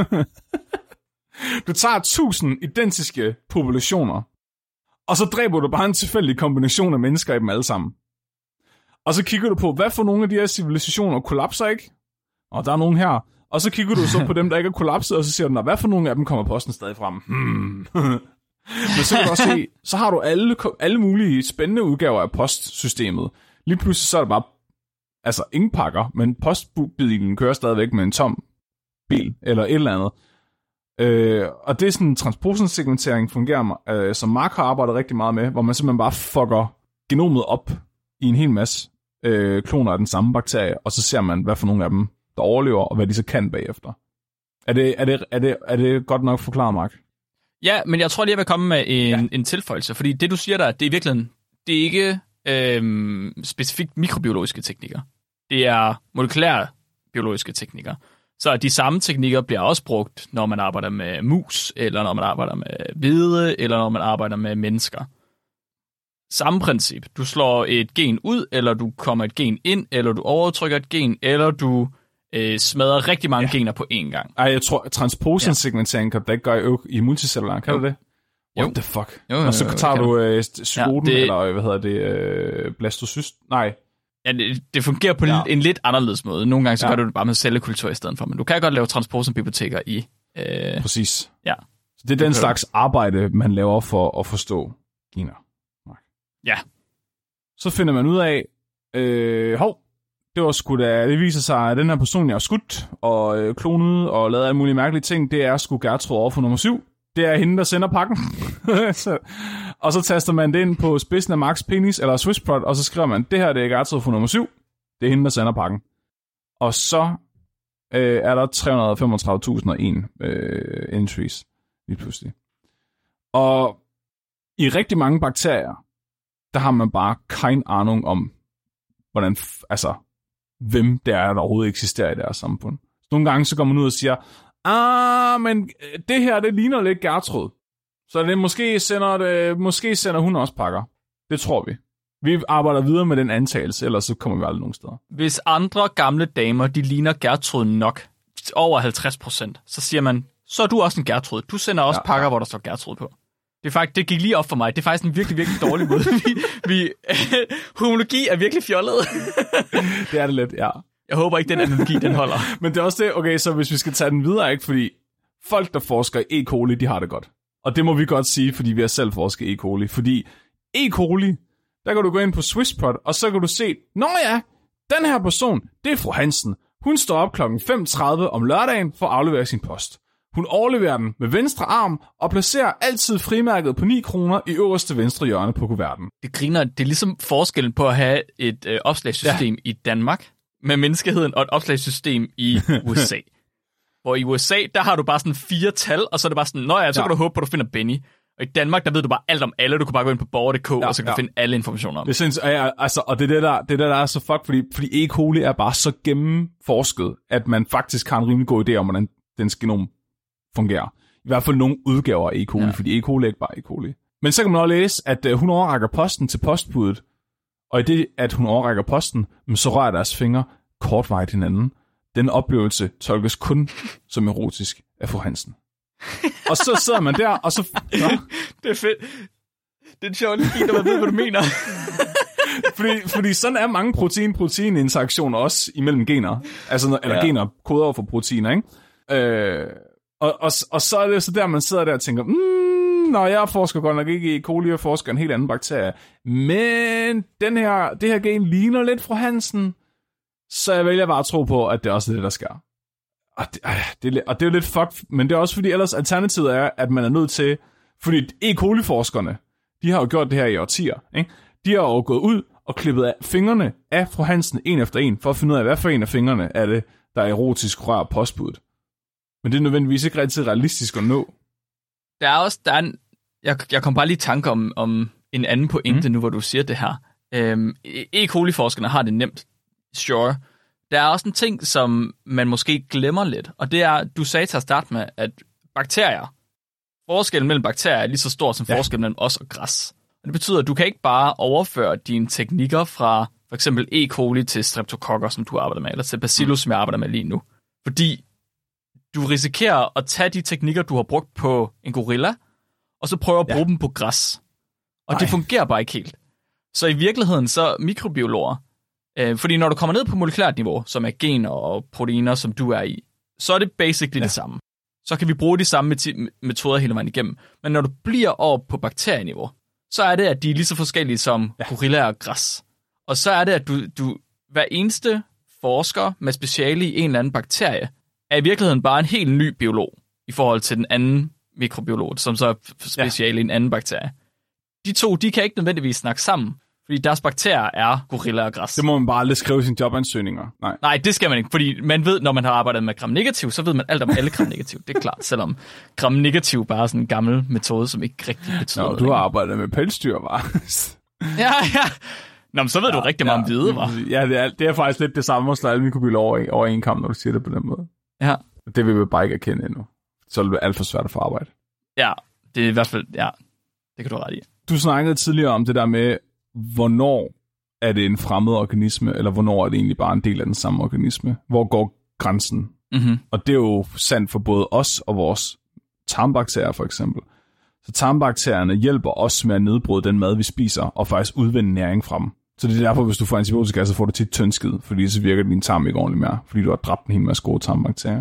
du tager 1000 identiske populationer, og så dræber du bare en tilfældig kombination af mennesker i dem alle sammen. Og så kigger du på, hvad for nogle af de her civilisationer kollapser ikke? Og der er nogen her. Og så kigger du så på dem, der ikke er kollapset, og så siger du, hvad for nogle af dem kommer posten stadig frem? Men så kan du også se, så har du alle mulige spændende udgaver af postsystemet. Lige pludselig så er det bare, altså ingen pakker, men postbilen kører stadigvæk med en tom bil, eller et eller andet. Og det er sådan en transposon-segmentering fungerer, som Mark har arbejdet rigtig meget med, hvor man simpelthen bare fucker genomet op i en hel masse kloner af den samme bakterie, og så ser man, hvad for nogle af dem, der overlever, og hvad de så kan bagefter. Er det godt nok forklaret, Mark? Ja, men jeg tror lige, jeg vil komme med en tilføjelse, fordi det, du siger der, det er virkelig, det er ikke specifikt mikrobiologiske teknikker. Det er molekylære biologiske teknikker. Så de samme teknikker bliver også brugt, når man arbejder med mus, eller når man arbejder med hvede, eller når man arbejder med mennesker. Samme princip. Du slår et gen ud, eller du kommer et gen ind, eller du overtrykker et gen, eller du smadrer rigtig mange gener på én gang. Ej, jeg tror, transposon-segmentering kan du ikke gøre i multicellular. Kan du det? What the fuck? Jo, og så tager du psykoten, eller hvad hedder det, blastocyst? Nej. Ja, det fungerer på en lidt anderledes måde. Nogle gange så gør du det bare med cellekultur i stedet for, men du kan godt lave transposon-biblioteker i... Præcis. Ja. Så det er den slags arbejde, man laver for at forstå gener. Ja. Så finder man ud af, det viser sig, at den her person, jeg har skudt og klonet og lavet alle mulige mærkelige ting, det er sgu Gertrud over for nummer 7. Det er hende, der sender pakken. Og så taster man det ind på spidsen af Marks penis, eller SwissProt, og så skriver man, det her det er Gertrud for nummer 7. Det er hende, der sender pakken. Og så er der 335.001 entries lige pludselig. Og i rigtig mange bakterier, der har man bare kein ahnung om, hvordan, hvem det er, der overhovedet eksisterer i deres samfund. Så nogle gange så går man ud og siger, men det her, det ligner lidt Gertrud. Så det måske sender hun også pakker. Det tror vi. Vi arbejder videre med den antagelse, ellers så kommer vi aldrig nogen steder. Hvis andre gamle damer, de ligner Gertrud nok, over 50%, så siger man, så er du også en Gertrud. Du sender også pakker, hvor der står Gertrud på. Det gik lige op for mig. Det er faktisk en virkelig, virkelig dårlig måde. Homologi er virkelig fjollet. Det er det lidt, ja. Jeg håber ikke, den analogi, den holder. Men det er også det, okay, så hvis vi skal tage den videre, ikke? Fordi folk, der forsker i E. coli, de har det godt. Og det må vi godt sige, fordi vi har selv forsket i E. coli. Fordi E. coli, der kan du gå ind på SwissProt, og så kan du se, den her person, det er fru Hansen. Hun står op kl. 5:30 om lørdagen for at aflevere sin post. Hun overleverer den med venstre arm og placerer altid frimærket på 9 kroner i øverste venstre hjørne på kuverten. Det griner. Det er ligesom forskellen på at have et opslagssystem i Danmark med menneskeheden og et opslagssystem i USA. Hvor i USA, der har du bare sådan 4 tal, og så er det bare sådan, så kan du håbe på, at du finder Benny. Og i Danmark, der ved du bare alt om alle. Du kan bare gå ind på borger.dk, og så kan du finde alle informationer om det. Synes, og det er det der er så fuck, fordi E. coli er bare så gennemforsket, at man faktisk har en rimelig god idé om, hvordan dens genom fungerer. I hvert fald nogle udgaver af E. coli, fordi E. coli er ikke bare E. coli. Men så kan man også læse, at hun overrækker posten til postbuddet, og i det, at hun overrækker posten, så rører deres fingre kortvarigt hinanden. Den oplevelse tolkes kun som erotisk af fru Hansen. Og så sidder man der, og så... Det er fedt. Det er sjovt lige, når man ved, hvad du mener. fordi sådan er mange protein-interaktioner også imellem gener. Altså, eller gener koder over for proteiner, ikke? Og så er det så der, man sidder der og tænker, jeg forsker godt nok ikke i E. coli, jeg forsker en helt anden bakterie. Men det her gen ligner lidt fra Hansen, så jeg vælger bare at tro på, at det også er det, der sker. Og det er jo lidt fucked, men det er også fordi, ellers alternativet er, at man er nødt til, fordi E. coli-forskerne, de har jo gjort det her i årtier, ikke? De har jo gået ud og klippet af fingrene af fru Hansen en efter en, for at finde ud af, hvad for en af fingrene er det, der er erotisk rør postbuddet. Men det er nødvendigvis ikke rigtig realistisk at nå. Jeg kom bare lige i tanke om en anden pointe nu, hvor du siger det her. E. coli-forskerne har det nemt, sure. Der er også en ting, som man måske glemmer lidt, og det er, du sagde til at starte med, at forskellen mellem bakterier er lige så stor som forskellen mellem os og græs. Og det betyder, at du kan ikke bare overføre dine teknikker fra for eksempel E. coli til streptokokker, som du arbejder med, eller til bacillus, som jeg arbejder med lige nu. Fordi du risikerer at tage de teknikker, du har brugt på en gorilla, og så prøve at bruge dem på græs. Og det fungerer bare ikke helt. Så i virkeligheden, så mikrobiologer, fordi når du kommer ned på molekylært niveau, som er gener og proteiner, som du er i, så er det basically det samme. Så kan vi bruge de samme metoder hele vejen igennem. Men når du bliver over på bakterieniveau, så er det, at de er lige så forskellige som gorilla og græs. Og så er det, at du hver eneste forsker med speciale i en eller anden bakterie, er i virkeligheden bare en helt ny biolog i forhold til den anden mikrobiolog, som så er speciale i en anden bakterie. De to, de kan ikke nødvendigvis snakke sammen, fordi deres bakterier er gorilla og græs. Det må man bare aldrig skrive i sine jobansøgninger. Nej, det skal man ikke, fordi man ved, når man har arbejdet med gram-negativ, så ved man alt om alle gram-negativ. Det er klart, selvom gram-negativ bare er sådan en gammel metode, som ikke rigtig betyder noget. Du har arbejdet med pelsdyr, var. Ja. Nå, men så ved du rigtig meget om hvide, var. Ja, det er faktisk lidt det samme at slå alle mikrobiologer over en kamp, når du siger det på den måde. Ja. Det vil vi bare ikke erkende endnu. Så det bliver alt for svært at få arbejde. Ja, det er i hvert fald, det kan du ret i. Du snakkede tidligere om det der med, hvornår er det en fremmed organisme, eller hvornår er det egentlig bare en del af den samme organisme? Hvor går grænsen? Mm-hmm. Og det er jo sandt for både os og vores tarmbakterier, for eksempel. Så tarmbakterierne hjælper os med at nedbryde den mad, vi spiser, og faktisk udvinde næring fra dem. Så det er derfor, hvis du får antibiotika, så får du tit tyndskid, fordi så virker din tarm ikke ordentligt mere, fordi du har dræbt en hel masse gode tarmbakterier.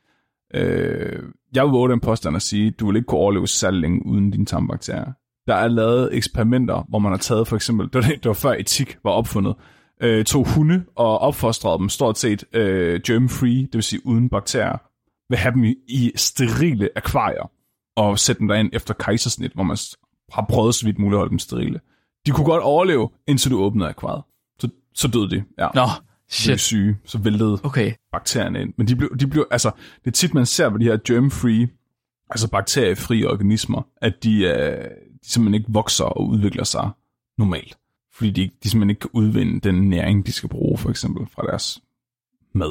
Jeg vil våge den påstand at sige, at du vil ikke kunne overleve særlig længe uden dine tarmbakterier. Der er lavet eksperimenter, hvor man har taget for eksempel, det var før etik var opfundet, tog hunde og opfostrede dem stort set germ-free, det vil sige uden bakterier, vil have dem i sterile akvarier, og sætte dem derind efter kejsersnit, hvor man har prøvet så vidt muligt at holde dem sterile. De kunne godt overleve, indtil du åbnede akvariet. Så døde de. Ja. Nå, shit. De blev syge, så væltede bakterierne ind. Men de blev, altså, det er tit, man ser på de her germ-free, altså bakteriefrie organismer, at de simpelthen ikke vokser og udvikler sig normalt. Fordi de simpelthen ikke kan udvinde den næring, de skal bruge, for eksempel fra deres mad.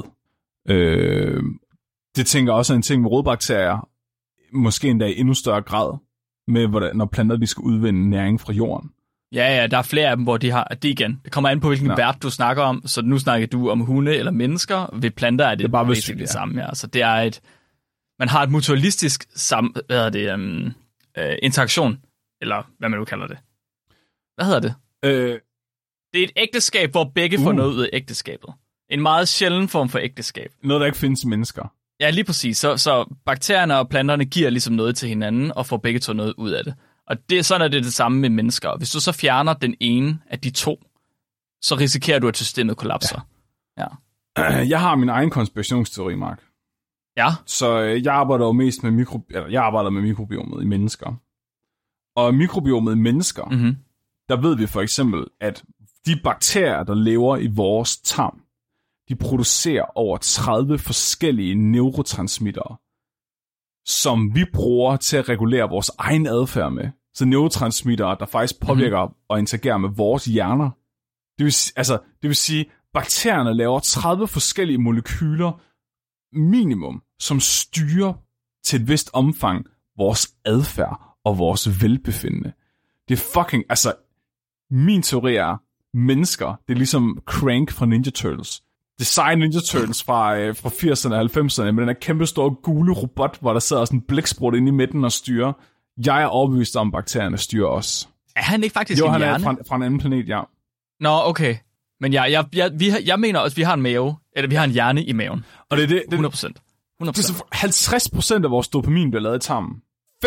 Det tænker også en ting med rodbakterier, måske endda i endnu større grad, med hvordan, når planter de skal udvinde næring fra jorden. Ja, der er flere af dem, hvor de har det igen. Det kommer an på, hvilken vært du snakker om. Så nu snakker du om hunde eller mennesker. Ved planter er det bare det samme. Ja. Så det er man har et mutualistisk interaktion, eller hvad man nu kalder det. Hvad hedder det? Det er et ægteskab, hvor begge får noget ud af ægteskabet. En meget sjælden form for ægteskab. Noget, der ikke findes i mennesker. Ja, lige præcis. Så bakterierne og planterne giver ligesom noget til hinanden, og får begge to noget ud af det. Og sådan er det det samme med mennesker. Hvis du så fjerner den ene af de to, så risikerer du, at systemet kollapser. Ja. Jeg har min egen konspirationsteori, Mark. Ja. Så jeg arbejder jo mest med mikrobiomet i mennesker. Og mikrobiomet i mennesker, der ved vi for eksempel, at de bakterier, der lever i vores tarm, de producerer over 30 forskellige neurotransmittere, som vi bruger til at regulere vores egen adfærd med. Så neurotransmittere, der faktisk påvirker og interagerer med vores hjerner. Det vil sige, bakterierne laver 30 forskellige molekyler minimum, som styrer til et vist omfang vores adfærd og vores velbefindende. Det er fucking, min teori er, mennesker, det er ligesom Crank fra Ninja Turtles. Design Ninja Turtles fra 80'erne og 90'erne, med den her kæmpe store gule robot, hvor der sidder sådan en blæksprut inde i midten og styrer. Jeg er overbevist om, bakterierne styrer os. Er han ikke faktisk en hjerne? Jo, han er fra en anden planet, ja. Nå, okay. Men jeg mener også, at vi har en mave, eller vi har en hjerne i maven. Og det er det 100%. 50% af vores dopamin bliver lavet i tarmen.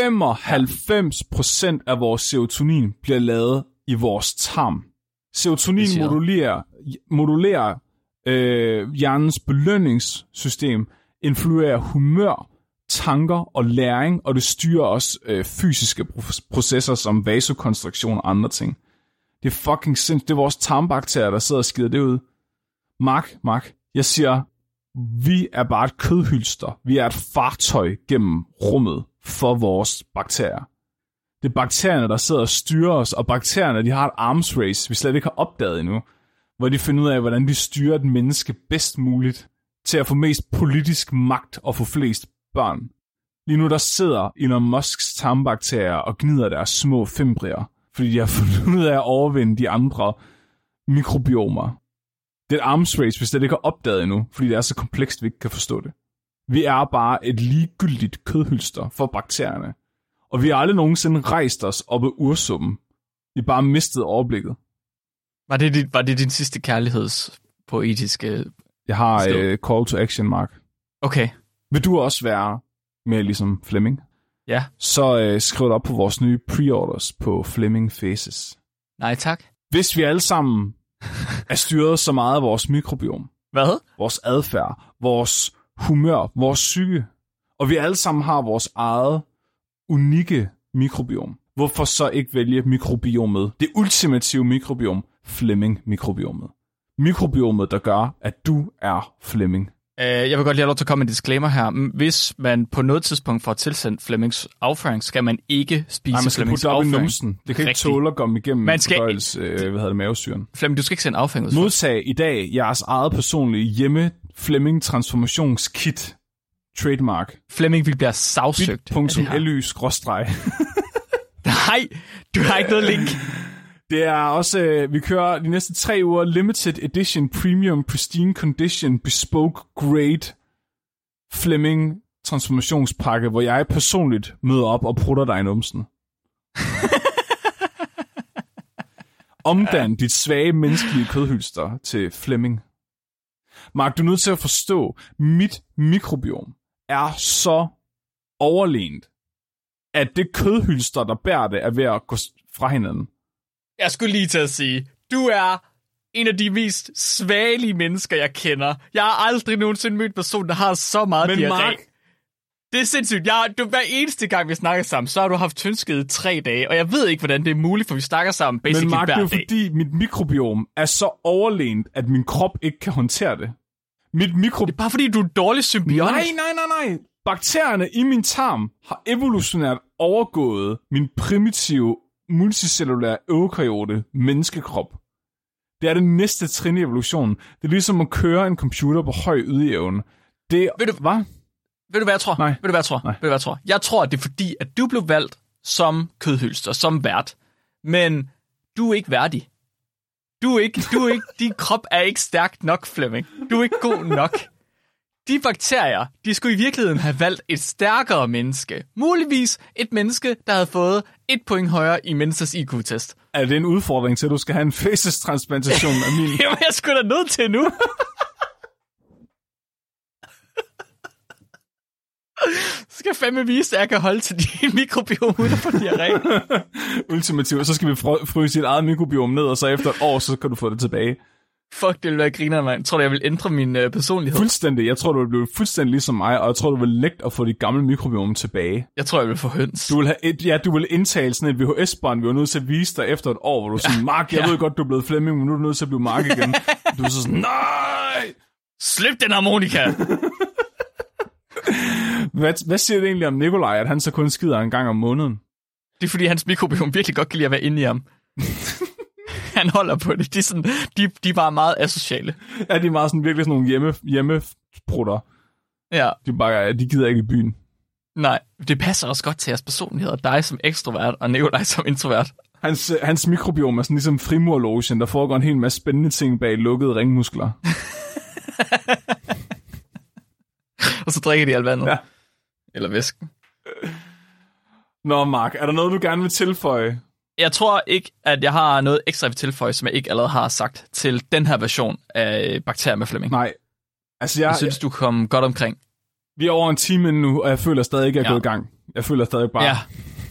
95% af vores serotonin bliver lavet i vores tarm. Serotonin modulerer hjernens belønningssystem, influerer humør, tanker og læring, og det styrer også fysiske processer som vasokonstruktion og andre ting. Det er fucking sindssygt. Det er vores tarmbakterier, der sidder og skider det ud. Mark, jeg siger, vi er bare et kødhylster. Vi er et fartøj gennem rummet for vores bakterier. Det er bakterierne, der sidder og styrer os, og bakterierne, de har et arms race, vi slet ikke har opdaget endnu, hvor de finder ud af, hvordan de styrer et menneske bedst muligt til at få mest politisk magt og få flest børn. Lige nu der sidder Elon Musks tarmbakterier og gnider deres små fimbrier, fordi de har fundet ud af at overvinde de andre mikrobiomer. Det er et arms race, vi slet ikke har opdaget endnu, fordi det er så komplekst, vi ikke kan forstå det. Vi er bare et ligegyldigt kødhylster for bakterierne. Og vi har aldrig nogensinde rejst os op af ursuppen. Vi bare mistet overblikket. Var det din sidste kærlighedspoetiske... Jeg har call to action, Mark. Okay. Vil du også være mere ligesom Flemming? Ja. Så skriv det op på vores nye pre-orders på Flemming Faces. Nej, tak. Hvis vi alle sammen er styret så meget af vores mikrobiom. Hvad? Vores adfærd, vores humør, vores psyke. Og vi alle sammen har vores eget unikke mikrobiom. Hvorfor så ikke vælge mikrobiomet? Det ultimative mikrobiom, Flemming-mikrobiomet. Mikrobiomet, der gør, at du er Flemming. Jeg vil godt lige have lov til at komme med en disclaimer her. Hvis man på noget tidspunkt får tilsendt Flemmings afføring, skal man ikke spise Flemmings afføring. Nej, man skal putte op i numsen. Det kan ikke tåle at komme igennem mavesyren. Flemming, du skal ikke sende afføring ud. Modtag i dag jeres eget personlige hjemme Flemming transformationskit. Trademark. Flemming vil blive sagsøgt. bit.ly/. Nej, du har ikke noget link. Det er også, vi kører de næste 3 uger Limited Edition Premium Pristine Condition Bespoke Grade Flemming transformationspakke, hvor jeg personligt møder op og prutter dig i numsen. Omdan dit svage menneskelige kødhylster til Flemming. Mark, du er nødt til at forstå, mit mikrobiom er så overlegent, at det kødhylster, der bærer det, er ved at gå fra hinanden. Jeg skulle lige til at sige, du er en af de mest svagelige mennesker, jeg kender. Jeg har aldrig nogensinde mødt en person, der har så meget diarré. Mark... Det er sindssygt. Hver eneste gang, vi snakker sammen, så har du haft tyndskede 3 dage, og jeg ved ikke, hvordan det er muligt, for vi snakker sammen basically hver dag. Men Mark, det er fordi, mit mikrobiom er så overlegent, at min krop ikke kan håndtere det. Det er bare fordi, du er dårlig symbiotisk. Nej. Bakterierne i min tarm har evolutionært overgået min primitive multicellulære eukaryote menneskekrop. Det er det næste trin i evolutionen. Det er ligesom at køre en computer på høj ydeevne. Ved du hvad jeg tror? Nej. Ved du hvad jeg tror? Jeg tror, at det er fordi, at du blev valgt som kødhylster, som vært. Men du er ikke værdig. Din krop er ikke stærk nok, Flemming. Du er ikke god nok. De bakterier, de skulle i virkeligheden have valgt et stærkere menneske. Muligvis et menneske, der havde fået 1 point højere i Mensa's IQ-test. Er det en udfordring til, at du skal have en faces-transplantation af min? Jamen, jeg skulle da nødt til nu. Så skal jeg fandme vise, at jeg kan holde til din mikrobiom uden at få diarré. Ultimativt, så skal vi fryse dit eget mikrobiom ned, og så efter 1 år, så kan du få det tilbage. Fuck, det ville være griner, mand. Tror du, jeg vil ændre min personlighed? Fuldstændig. Jeg tror, du vil blive fuldstændig ligesom mig, og jeg tror, du vil lægge at få dit gamle mikrobiom tilbage. Jeg tror, jeg vil få høns. Du vil indtale sådan et VHS-bånd, vi var nødt til at vise dig efter 1 år, hvor du siger, Mark, jeg ved godt, du er blevet Flemming, men nu er du nødt til at blive Mark igen. Du er så sådan, nej! Slip den harmonika! Hvad siger det egentlig om Nikolaj, at han så kun skider en gang om måneden? Det er, fordi hans mikrobiom virkelig godt kan lide at være inde i ham. Han holder på det. De er bare meget asociale. Ja, de er meget sådan, virkelig sådan nogle hjemmeprutter. Ja. De gider ikke i byen. Nej, det passer også godt til jeres personlighed. Dig som ekstrovert, og Nikolaj som introvert. Hans mikrobiom er sådan ligesom frimurlogen, der foregår en hel masse spændende ting bag lukkede ringmuskler. Og så drikker de alt vandet. Ja. Eller væsken. Nå, Mark, er der noget, du gerne vil tilføje Jeg tror ikke, at jeg har noget ekstra at tilføje, som jeg ikke allerede har sagt til den her version af Bakterier med Flemming. Nej. Altså, jeg synes, du kom godt omkring. Vi er over en time nu, og jeg føler stadig ikke, at jeg er gået i gang. Jeg føler stadig bare... Ja.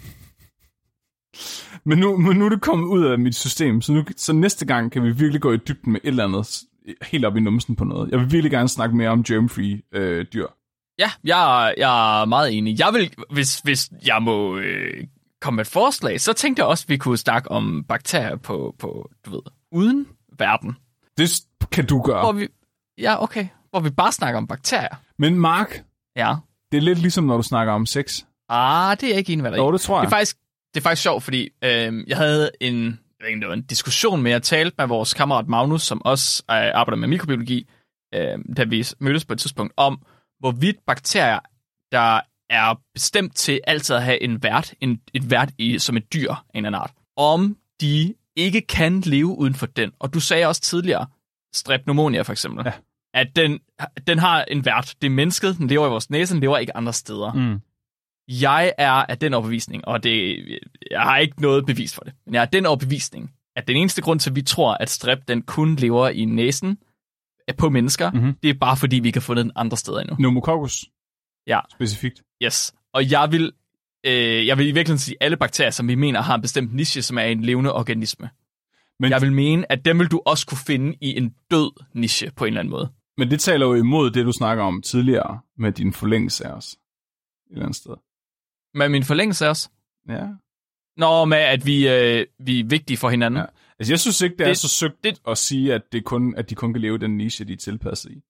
Men nu er det kommet ud af mit system, så næste gang kan vi virkelig gå i dybden med et eller andet helt op i numsen på noget. Jeg vil virkelig gerne snakke mere om germ-free dyr. Ja, jeg er meget enig. Jeg vil, hvis jeg må komme med et forslag, så tænkte jeg også, at vi kunne snakke om bakterier på du ved, uden verden. Det kan du gøre. Hvor vi bare snakker om bakterier. Men Mark, ja. Det er lidt ligesom, når du snakker om sex. Det er jeg ikke enig med dig i. Jo, det tror jeg. Det er faktisk sjovt, fordi jeg havde en diskussion med at tale med vores kammerat Magnus, som også arbejder med mikrobiologi, da vi mødtes på et tidspunkt, om hvorvidt bakterier, der er bestemt til altid at have en vært, et vært som et dyr af en eller anden art, om de ikke kan leve uden for den. Og du sagde også tidligere, Streptomonia for eksempel, ja. At den har en vært. Det er mennesket, den lever i vores næse, den lever ikke andre steder. Mm. Jeg er af den overbevisning, og jeg har ikke noget bevis for det, men jeg er af den overbevisning, at den eneste grund til, at vi tror, at strep den kun lever i næsen på mennesker, det er bare fordi, vi ikke har fundet den andre steder endnu. Pneumococcus? Ja. Specifikt? Yes. Og jeg vil i virkeligheden sige, alle bakterier, som vi mener har en bestemt niche, som er en levende organisme. Men jeg vil mene, at dem vil du også kunne finde i en død niche på en eller anden måde. Men det taler jo imod det, du snakker om tidligere med din forlængelse af os. Et eller andet sted. Med min forlængelse af os? Ja. Nå, med at vi er vigtige for hinanden. Ja. Altså, jeg synes ikke, det er så søgt at sige, at de kun kan leve i den niche, de er tilpasset i.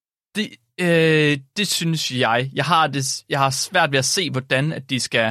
Det synes jeg. Jeg har svært ved at se, hvordan at de skal...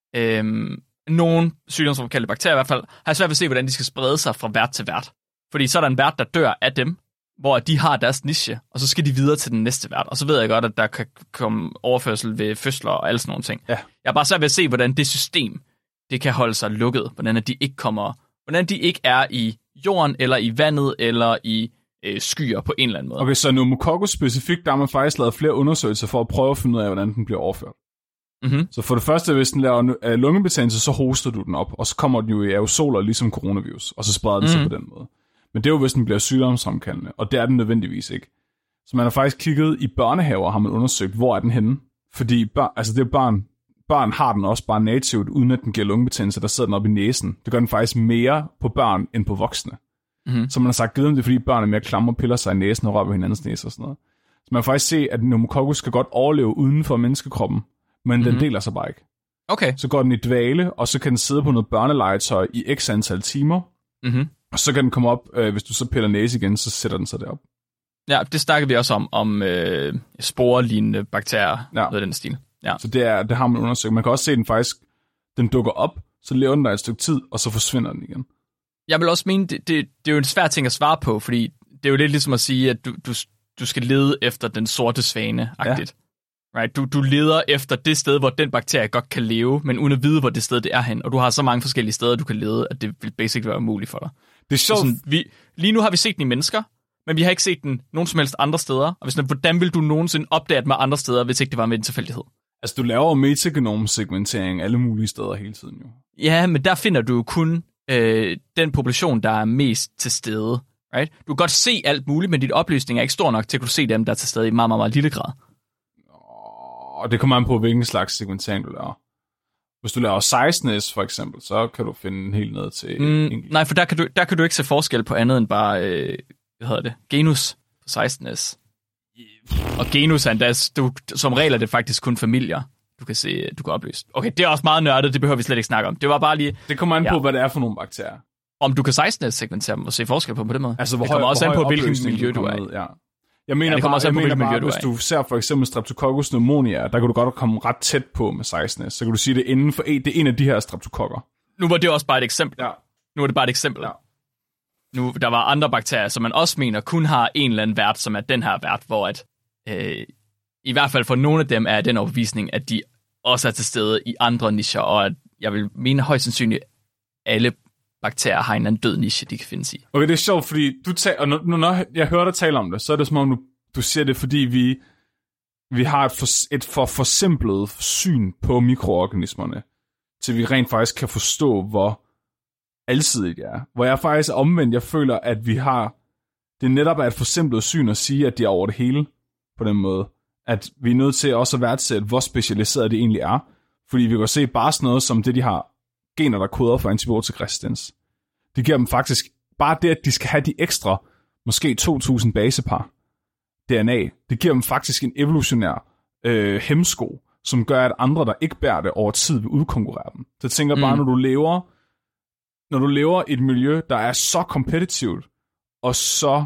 nogle sygdomsfremkaldte bakterier i hvert fald, har jeg svært ved at se, hvordan de skal sprede sig fra vært til vært. Fordi så er der en vært, der dør af dem, hvor de har deres niche, og så skal de videre til den næste vært. Og så ved jeg godt, at der kan komme overførsel ved fødsler og alle sådan nogle ting. Ja. Jeg er bare svært ved at se, hvordan det system, det kan holde sig lukket. Hvordan de ikke er i jorden, eller i vandet, eller i skyer på en eller anden måde. Okay, så pneumococcus specifikt, der har man faktisk lavet flere undersøgelser for at prøve at finde ud af, hvordan den bliver overført. Mm-hmm. Så for det første, hvis den laver lungebetændelse, så hoster du den op, og så kommer den jo i aerosoler, ligesom coronavirus, og så spreder den sig på den måde. Men det er jo, hvis den bliver sygdomsfremkaldende, og det er den nødvendigvis ikke. Så man har faktisk kigget i børnehaver, har man undersøgt, hvor er den henne. Fordi det er børn har den også bare nativt, uden at den giver lungebetændelse, der sidder den op i næsen. Det gør den faktisk mere på børn end på voksne. Mm-hmm. Så man har sagt, givet dem det, fordi børn er mere klamme og piller sig i næsen og rører ved hinandens næse og sådan noget. Så man har faktisk se, at pneumococcus kan godt overleve uden for menneskekroppen, men den deler sig bare ikke. Okay. Så går den i dvale, og så kan den sidde på noget børnelegetøj i x antal timer, og så kan den komme op, hvis du så piller næse igen, så sætter den sig derop. Ja, det snakker vi også om sporelignende bakterier, noget af den stil. Ja. Så det har man undersøgt. Man kan også se, at den dukker op, så lever den der et stykke tid, og så forsvinder den igen. Jeg vil også mene, det er jo en svær ting at svare på, fordi det er jo lidt ligesom at sige, at du skal lede efter den sorte svane-agtigt. Ja. Right? Du leder efter det sted, hvor den bakterie godt kan leve, men uden at vide, hvor det sted det er hen. Og du har så mange forskellige steder, du kan lede, at det vil basically være umuligt for dig. Det er sjovt. Lige nu har vi set den i mennesker, men vi har ikke set den nogen som helst andre steder. Og hvordan vil du nogensinde opdage den med andre steder, hvis ikke det var med en tilfældighed? Altså, du laver metagenomsegmentering alle mulige steder hele tiden jo. Ja, men der finder du jo kun den population, der er mest til stede. Right? Du kan godt se alt muligt, men dit opløsning er ikke stor nok til at kunne se dem, der er til stede i meget, meget, meget lille grad. Og det kommer an på, hvilken slags segmentering du laver. Hvis du laver 16S for eksempel, så kan du finde en helt ned til... Nej, for der kan du ikke se forskel på andet end bare, genus på 16S. Og genus er endda, som regel er det faktisk kun familier, du kan opløse. Okay, det er også meget nørdet, det behøver vi slet ikke snakke om. Det var bare lige... Det kommer an på, hvad det er for nogle bakterier. Om du kan 16S segmentere dem og se forskel på den måde. Altså, det kommer også an på, hvilken miljø du er i. Ja. Jeg mener bare, hvis du ser for eksempel Streptococcus pneumonia, der kan du godt komme ret tæt på med 16S. Så kan du sige, det er inden for det er en af de her streptokokker. Nu var det også bare et eksempel. Ja. Nu er det bare et eksempel. Ja. Nu, der var andre bakterier, som man også mener kun har en eller anden vært, som er den her vært, hvor at, i hvert fald for nogle af dem er den overbevisning, at de også er til stede i andre nicher, og at jeg vil mene højst sandsynligt, alle bakterier har en eller anden død niche, de kan findes i. Okay, det er sjovt, fordi når jeg hører dig tale om det, så er det som om, du siger det, fordi vi har et for forsimplet syn på mikroorganismerne, til vi rent faktisk kan forstå, hvor alsidigt det er. Hvor jeg faktisk er omvendt, jeg føler, at vi har... Det netop er et forsimplet syn at sige, at de er over det hele på den måde. At vi er nødt til også at værdsætte, hvor specialiseret det egentlig er. Fordi vi kan se bare sådan noget som det, de har gener, der koder for antibiotikaresistens. Det giver dem faktisk... Bare det, at de skal have de ekstra, måske 2.000 basepar DNA, det giver dem faktisk en evolutionær hemsko, som gør, at andre, der ikke bærer det over tid, vil udkonkurrere dem. Så jeg tænker bare, når du lever i et miljø, der er så kompetitivt, og så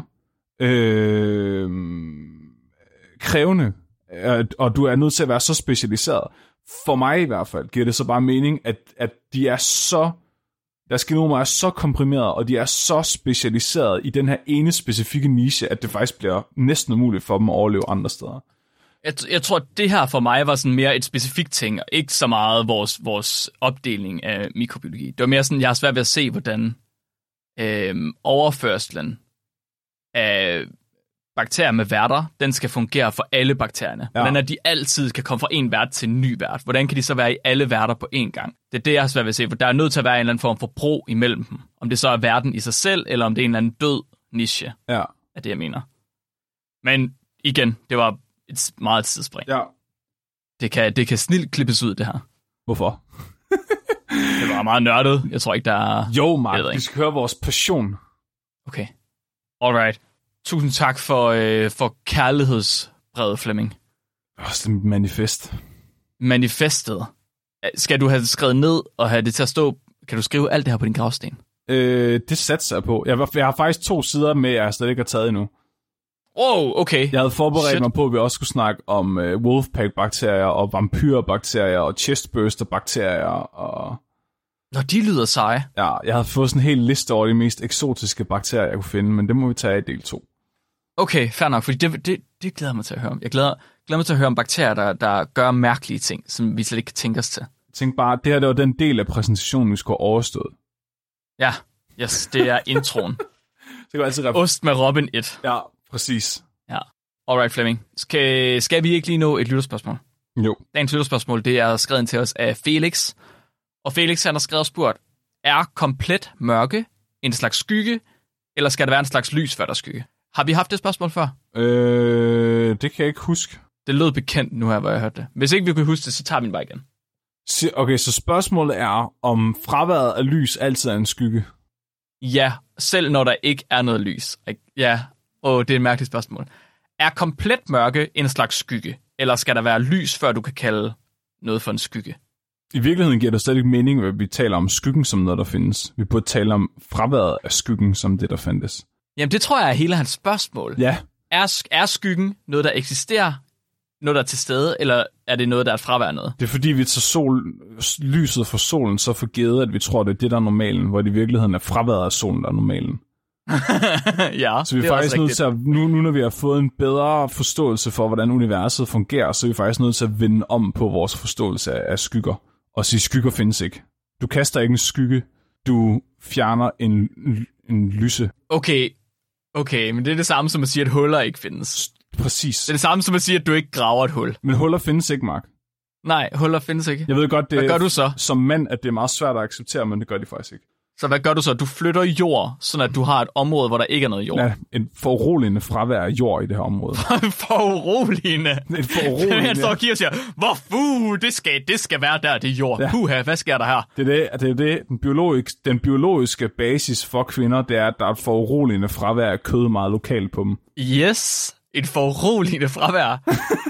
krævende, og du er nødt til at være så specialiseret. For mig i hvert fald giver det så bare mening, at de er så... Deres genomer er så komprimeret, og de er så specialiseret i den her ene specifikke niche, at det faktisk bliver næsten umuligt for dem at overleve andre steder. Jeg tror, at det her for mig var sådan mere et specifikt ting, og ikke så meget vores opdeling af mikrobiologi. Det var mere sådan, jeg har svært ved at se, hvordan overførslen af bakterier med værter, den skal fungere for alle bakterierne. Ja. Hvordan er de altid kan komme fra en vært til en ny vært? Hvordan kan de så være i alle værter på én gang? Det er det, jeg har svært ved at se, for der er nødt til at være en eller anden form for bro imellem dem. Om det så er verden i sig selv, eller om det er en eller anden død niche, er det, jeg mener. Men igen, det var et meget tidsspring. Ja. Det kan snilt klippes ud, det her. Hvorfor? Det var meget nørdet. Jeg tror ikke, der er... Jo, Mark, vi skal høre vores passion. Okay. Alright. Tusind tak for kærlighedsbrevet, Flemming. Også et manifest. Manifestet. Skal du have det skrevet ned og have det til at stå? Kan du skrive alt det her på din gravsten? Det satser jeg på. Jeg har faktisk 2 sider med, jeg slet ikke har taget endnu. Wow, okay. Jeg havde forberedt mig på, at vi også skulle snakke om Wolfpack-bakterier og vampyrbakterier og chestburster-bakterier og... Nå, de lyder seje. Ja, jeg havde fået sådan en hel liste over de mest eksotiske bakterier, jeg kunne finde, men det må vi tage i del 2. Okay, fair nok, fordi det glæder mig til at høre om. Jeg glæder mig til at høre om bakterier, der gør mærkelige ting, som vi slet ikke kan tænke os til. Tænk bare, det her det var den del af præsentationen, vi skulle overstået. Ja, yes, det er introen. Det altid Ost med Robin 1. Ja, præcis. Ja. Alright, Flemming. Skal vi ikke lige nå et lytterspørgsmål? Jo. Dagens lytterspørgsmål, det er skrevet ind til os af Felix. Og Felix han har skrevet og spurgt, er komplet mørke en slags skygge, eller skal der være en slags lys før der skygge? Har vi haft det spørgsmål før? Det kan jeg ikke huske. Det lød bekendt nu her, hvor jeg hørte det. Hvis ikke vi kan huske det, så tager vi den bare igen. Okay, så spørgsmålet er, om fraværet af lys altid er en skygge? Ja, selv når der ikke er noget lys. Ja, det er et mærkeligt spørgsmål. Er komplet mørke en slags skygge, eller skal der være lys, før du kan kalde noget for en skygge? I virkeligheden giver det slet ikke mening, at vi taler om skyggen som noget, der findes. Vi burde tale om fraværet af skyggen som det, der fandtes. Jamen, det tror jeg er hele hans spørgsmål. Ja. Er skyggen noget, der eksisterer, noget, der er til stede, eller er det noget, der er et fravær af noget? Det er fordi, vi tager lyset fra solen så for givet, at vi tror, det er det, der er normalen, hvor det i virkeligheden er fraværet af solen, der er normalen. Ja, så vi er faktisk nødt til at, nu når vi har fået en bedre forståelse for, hvordan universet fungerer, så er vi faktisk nødt til at vende om på vores forståelse af skygger. Og sige, skygger findes ikke. Du kaster ikke en skygge, du fjerner en lyse. Okay, men det er det samme som at sige, at huller ikke findes. Præcis. Det er det samme som at sige, at du ikke graver et hul. Men huller findes ikke, Mark. Nej, huller findes ikke. Jeg ved godt, hvad gør du så? Som mand, at det er meget svært at acceptere, men det gør de faktisk ikke. Så hvad gør du så? Du flytter jord, sådan at du har et område, hvor der ikke er noget jord. Ja, en foruroligende fravær af jord i det her område. Foruroligende? Et foruroligende. Han står og siger, det skal være der, det er jord. Ja. Puha, hvad sker der her? Det er det. Den biologiske basis for kvinder, det er, at der er et foruroligende fravær af kød meget lokalt på dem. Yes, et foruroligende fravær.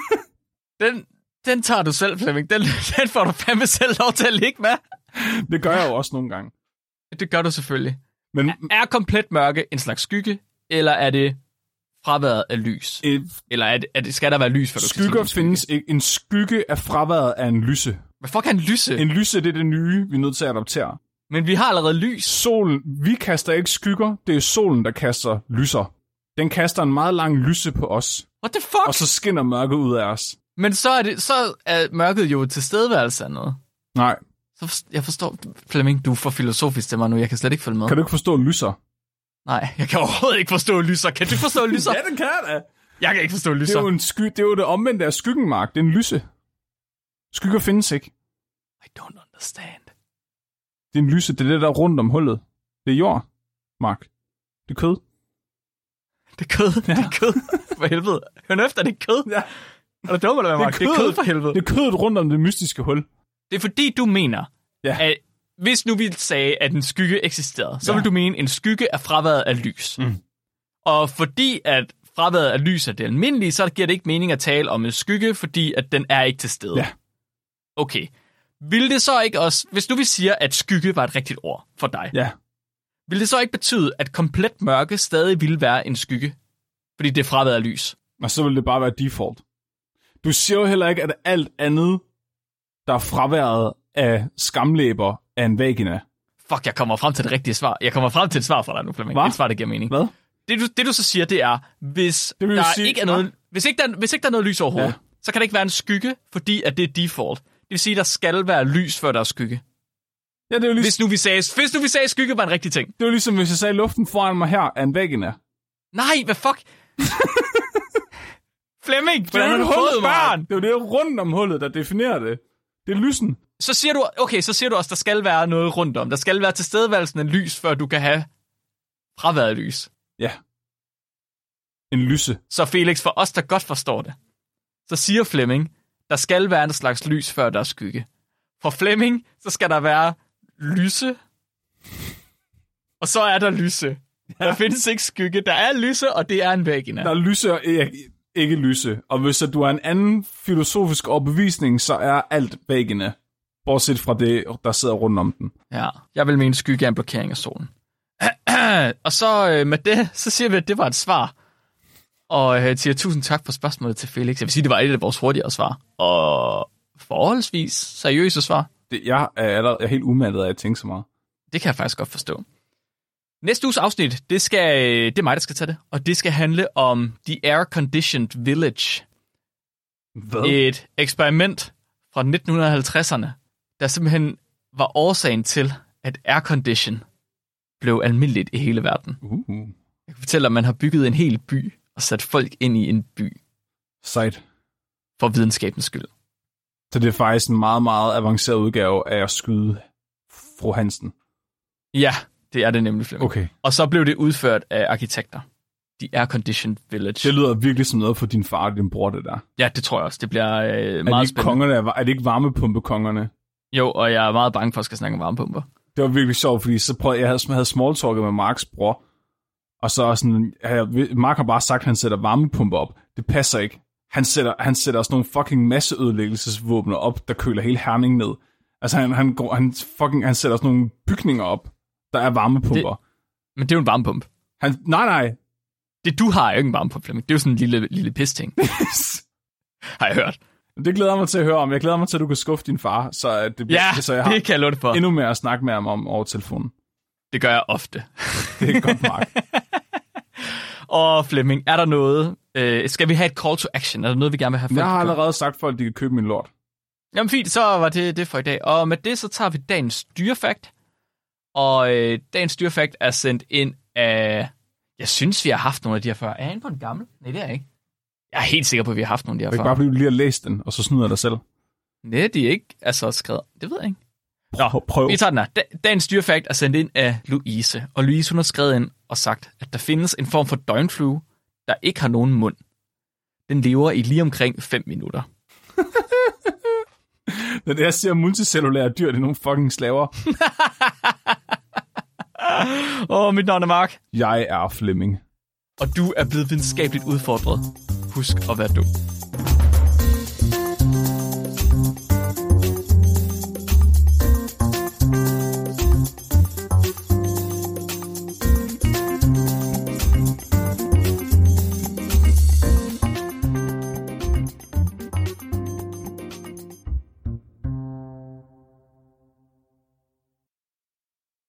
Den tager du selv, Flemming. Den får du fandme selv lov til at ligge med. Det gør jeg jo også nogle gange. Det gør du selvfølgelig. Men er komplet mørke en slags skygge, eller er det fraværet af lys? Eller skal der være lys, for du skygger skal sige findes ikke. En skygge er fraværet af en lyse. Hvad fuck er en lyse? En lyse, det er det nye, vi er nødt til at adoptere. Men vi har allerede lys. Solen, vi kaster ikke skygger, det er solen, der kaster lyser. Den kaster en meget lang lyse på os. What the fuck? Og så skinner mørket ud af os. Men så er mørket jo tilstedeværelse af noget. Nej. Jeg forstår, Flemming, du er for filosofisk til mig nu. Jeg kan slet ikke følge med. Kan du ikke forstå lyser? Nej, jeg kan overhovedet ikke forstå lyser. Kan du forstå lyser? Ja, det kan jeg. Jeg kan ikke forstå lyser. Det er jo det omvendte af skyggen, Mark. Det er en lyse. Skygger findes ikke. I don't understand. Det er en lyse, det er det, der er rundt om hullet. Det er jord, Mark. Det er kød. Det er kød. Ja. Det er kød. For helvede. Hør nu efter, det er kød. Ja. Er du dum eller hvad, Mark? Det er kød for helvede. Det er kødet rundt om det mystiske hul. Det er fordi, du mener, Ja. at hvis nu vi sagde, at en skygge eksisterede, så vil du mene, at en skygge er fraværet af lys. Mm. Og fordi at fraværet af lys er det almindelige, så giver det ikke mening at tale om en skygge, fordi at den er ikke til stede. Ja. Okay. Vil det så ikke også, hvis nu vi siger, at skygge var et rigtigt ord for dig, Ja. vil det så ikke betyde, at komplet mørke stadig ville være en skygge? Fordi det er fraværet af lys. Og så vil det bare være default. Du siger jo heller ikke, at alt andet, der er fraværet af skamlæber, er en vagina. Fuck, jeg kommer frem til det rigtige svar. Jeg kommer frem til et svar fra dig nu, Flemming. Hva? Et svar, der giver mening. Hvad? Det du så siger, det er, hvis det der sige, ikke er noget, hvis ikke der er noget lys overhovedet, så kan det ikke være en skygge, fordi at det er default. Det vil sige, at der skal være lys, før der er skygge. Ja, det er jo ligesom, Hvis nu vi sagde, at skygge var en rigtig ting. det er jo ligesom, hvis jeg sagde, at luften foran mig her er en vagina. Nej, hvad fuck? Flemming, Det er jo hullet, børn. Det er jo det rundt om hullet, der definerer det. Det er lysen. Så siger du også, at der skal være noget rundt om. Der skal være tilstedeværelsen af lys, før du kan have fraværet af lys. Ja. En lyse. Så Felix, for os, der godt forstår det, så siger Flemming, der skal være en slags lys, før der er skygge. For Flemming, så skal der være lyse, og så er der lyse. Ja. Der findes ikke skygge. Der er lyse, og det er en vagina. Der er lyse og ikke lyse. Og hvis du har en anden filosofisk overbevisning, så er alt vagina. Bortset fra det, der sidder rundt om den. Ja, jeg vil mene, skygge er en blokering af solen. Og så med det, så siger vi, at det var et svar. Og jeg siger tusind tak for spørgsmålet til Felix. Jeg vil sige, det var et af vores hurtigere svar. Og forholdsvis seriøse svar. Jeg er helt umattet af at tænke så meget. Det kan jeg faktisk godt forstå. Næste uges afsnit, det er mig, der skal tage det. Og det skal handle om The Air Conditioned Village. Hvad? Et eksperiment fra 1950'erne, der simpelthen var årsagen til, at aircondition blev almindeligt i hele verden. Jeg kan fortælle, at man har bygget en hel by og sat folk ind i en by. Sejt. For videnskabens skyld. Så det er faktisk en meget, meget avanceret udgave af at skyde fru Hansen. Ja, det er det nemlig, Flemming. Okay. Og så blev det udført af arkitekter. The Air Conditioned Village. Det lyder virkelig som noget for din far og din bror, det der. Ja, det tror jeg også. Det bliver meget spændende. Er det ikke varmepumpekongerne? Jo, og jeg er meget bange for at skal snakke om varmepumper. Det var virkelig sjovt, fordi så prøvede jeg havde smalltalket med Marks bror, og så sådan, Mark har bare sagt, at han sætter varmepumper op. Det passer ikke. Han sætter sådan nogle fucking masseødelæggelsesvåbner op, der køler hele Herning ned. Altså han sætter sådan nogle bygninger op, der er varmepumper. Men det er jo en varmepump. Nej. Det du har er jo ikke en varmepump, Flemming. Det er jo sådan en lille pis-ting. Har jeg hørt. Det glæder mig til at høre om. Jeg glæder mig til, at du kan skuffe din far, så det jeg har det kan jeg love det for. Endnu mere at snakke med ham om over telefonen. Det gør jeg ofte. Det er godt, Mark. Og Flemming, er der noget... skal vi have et call to action? Er der noget, vi gerne vil have folk? Jeg har allerede sagt folk, at de kan købe min lort. Jamen fint, så var det for i dag. Og med det, så tager vi dagens dyrefakt. Og dagens dyrefakt er sendt ind af... Jeg synes, vi har haft nogle af de her før. Er jeg inde på en gammel? Nej, det er jeg ikke. Jeg er helt sikker på, at vi har haft nogle af de her før. Jeg kan bare blive lige at læse den, og så snyder jeg dig selv. Nej, de er ikke skrevet. Det ved jeg ikke. Prøv. Vi tager den her. Dagens dyrefakt er sendt ind af Louise. Og Louise, hun har skrevet ind og sagt, at der findes en form for døgnflue, der ikke har nogen mund. Den lever i lige omkring 5 minutter. Når jeg ser multicellulære dyr, det er nogle fucking slaver. Mit navn er Mark. Jeg er Flemming. Og du er blevet videnskabeligt udfordret. Husk at være dum.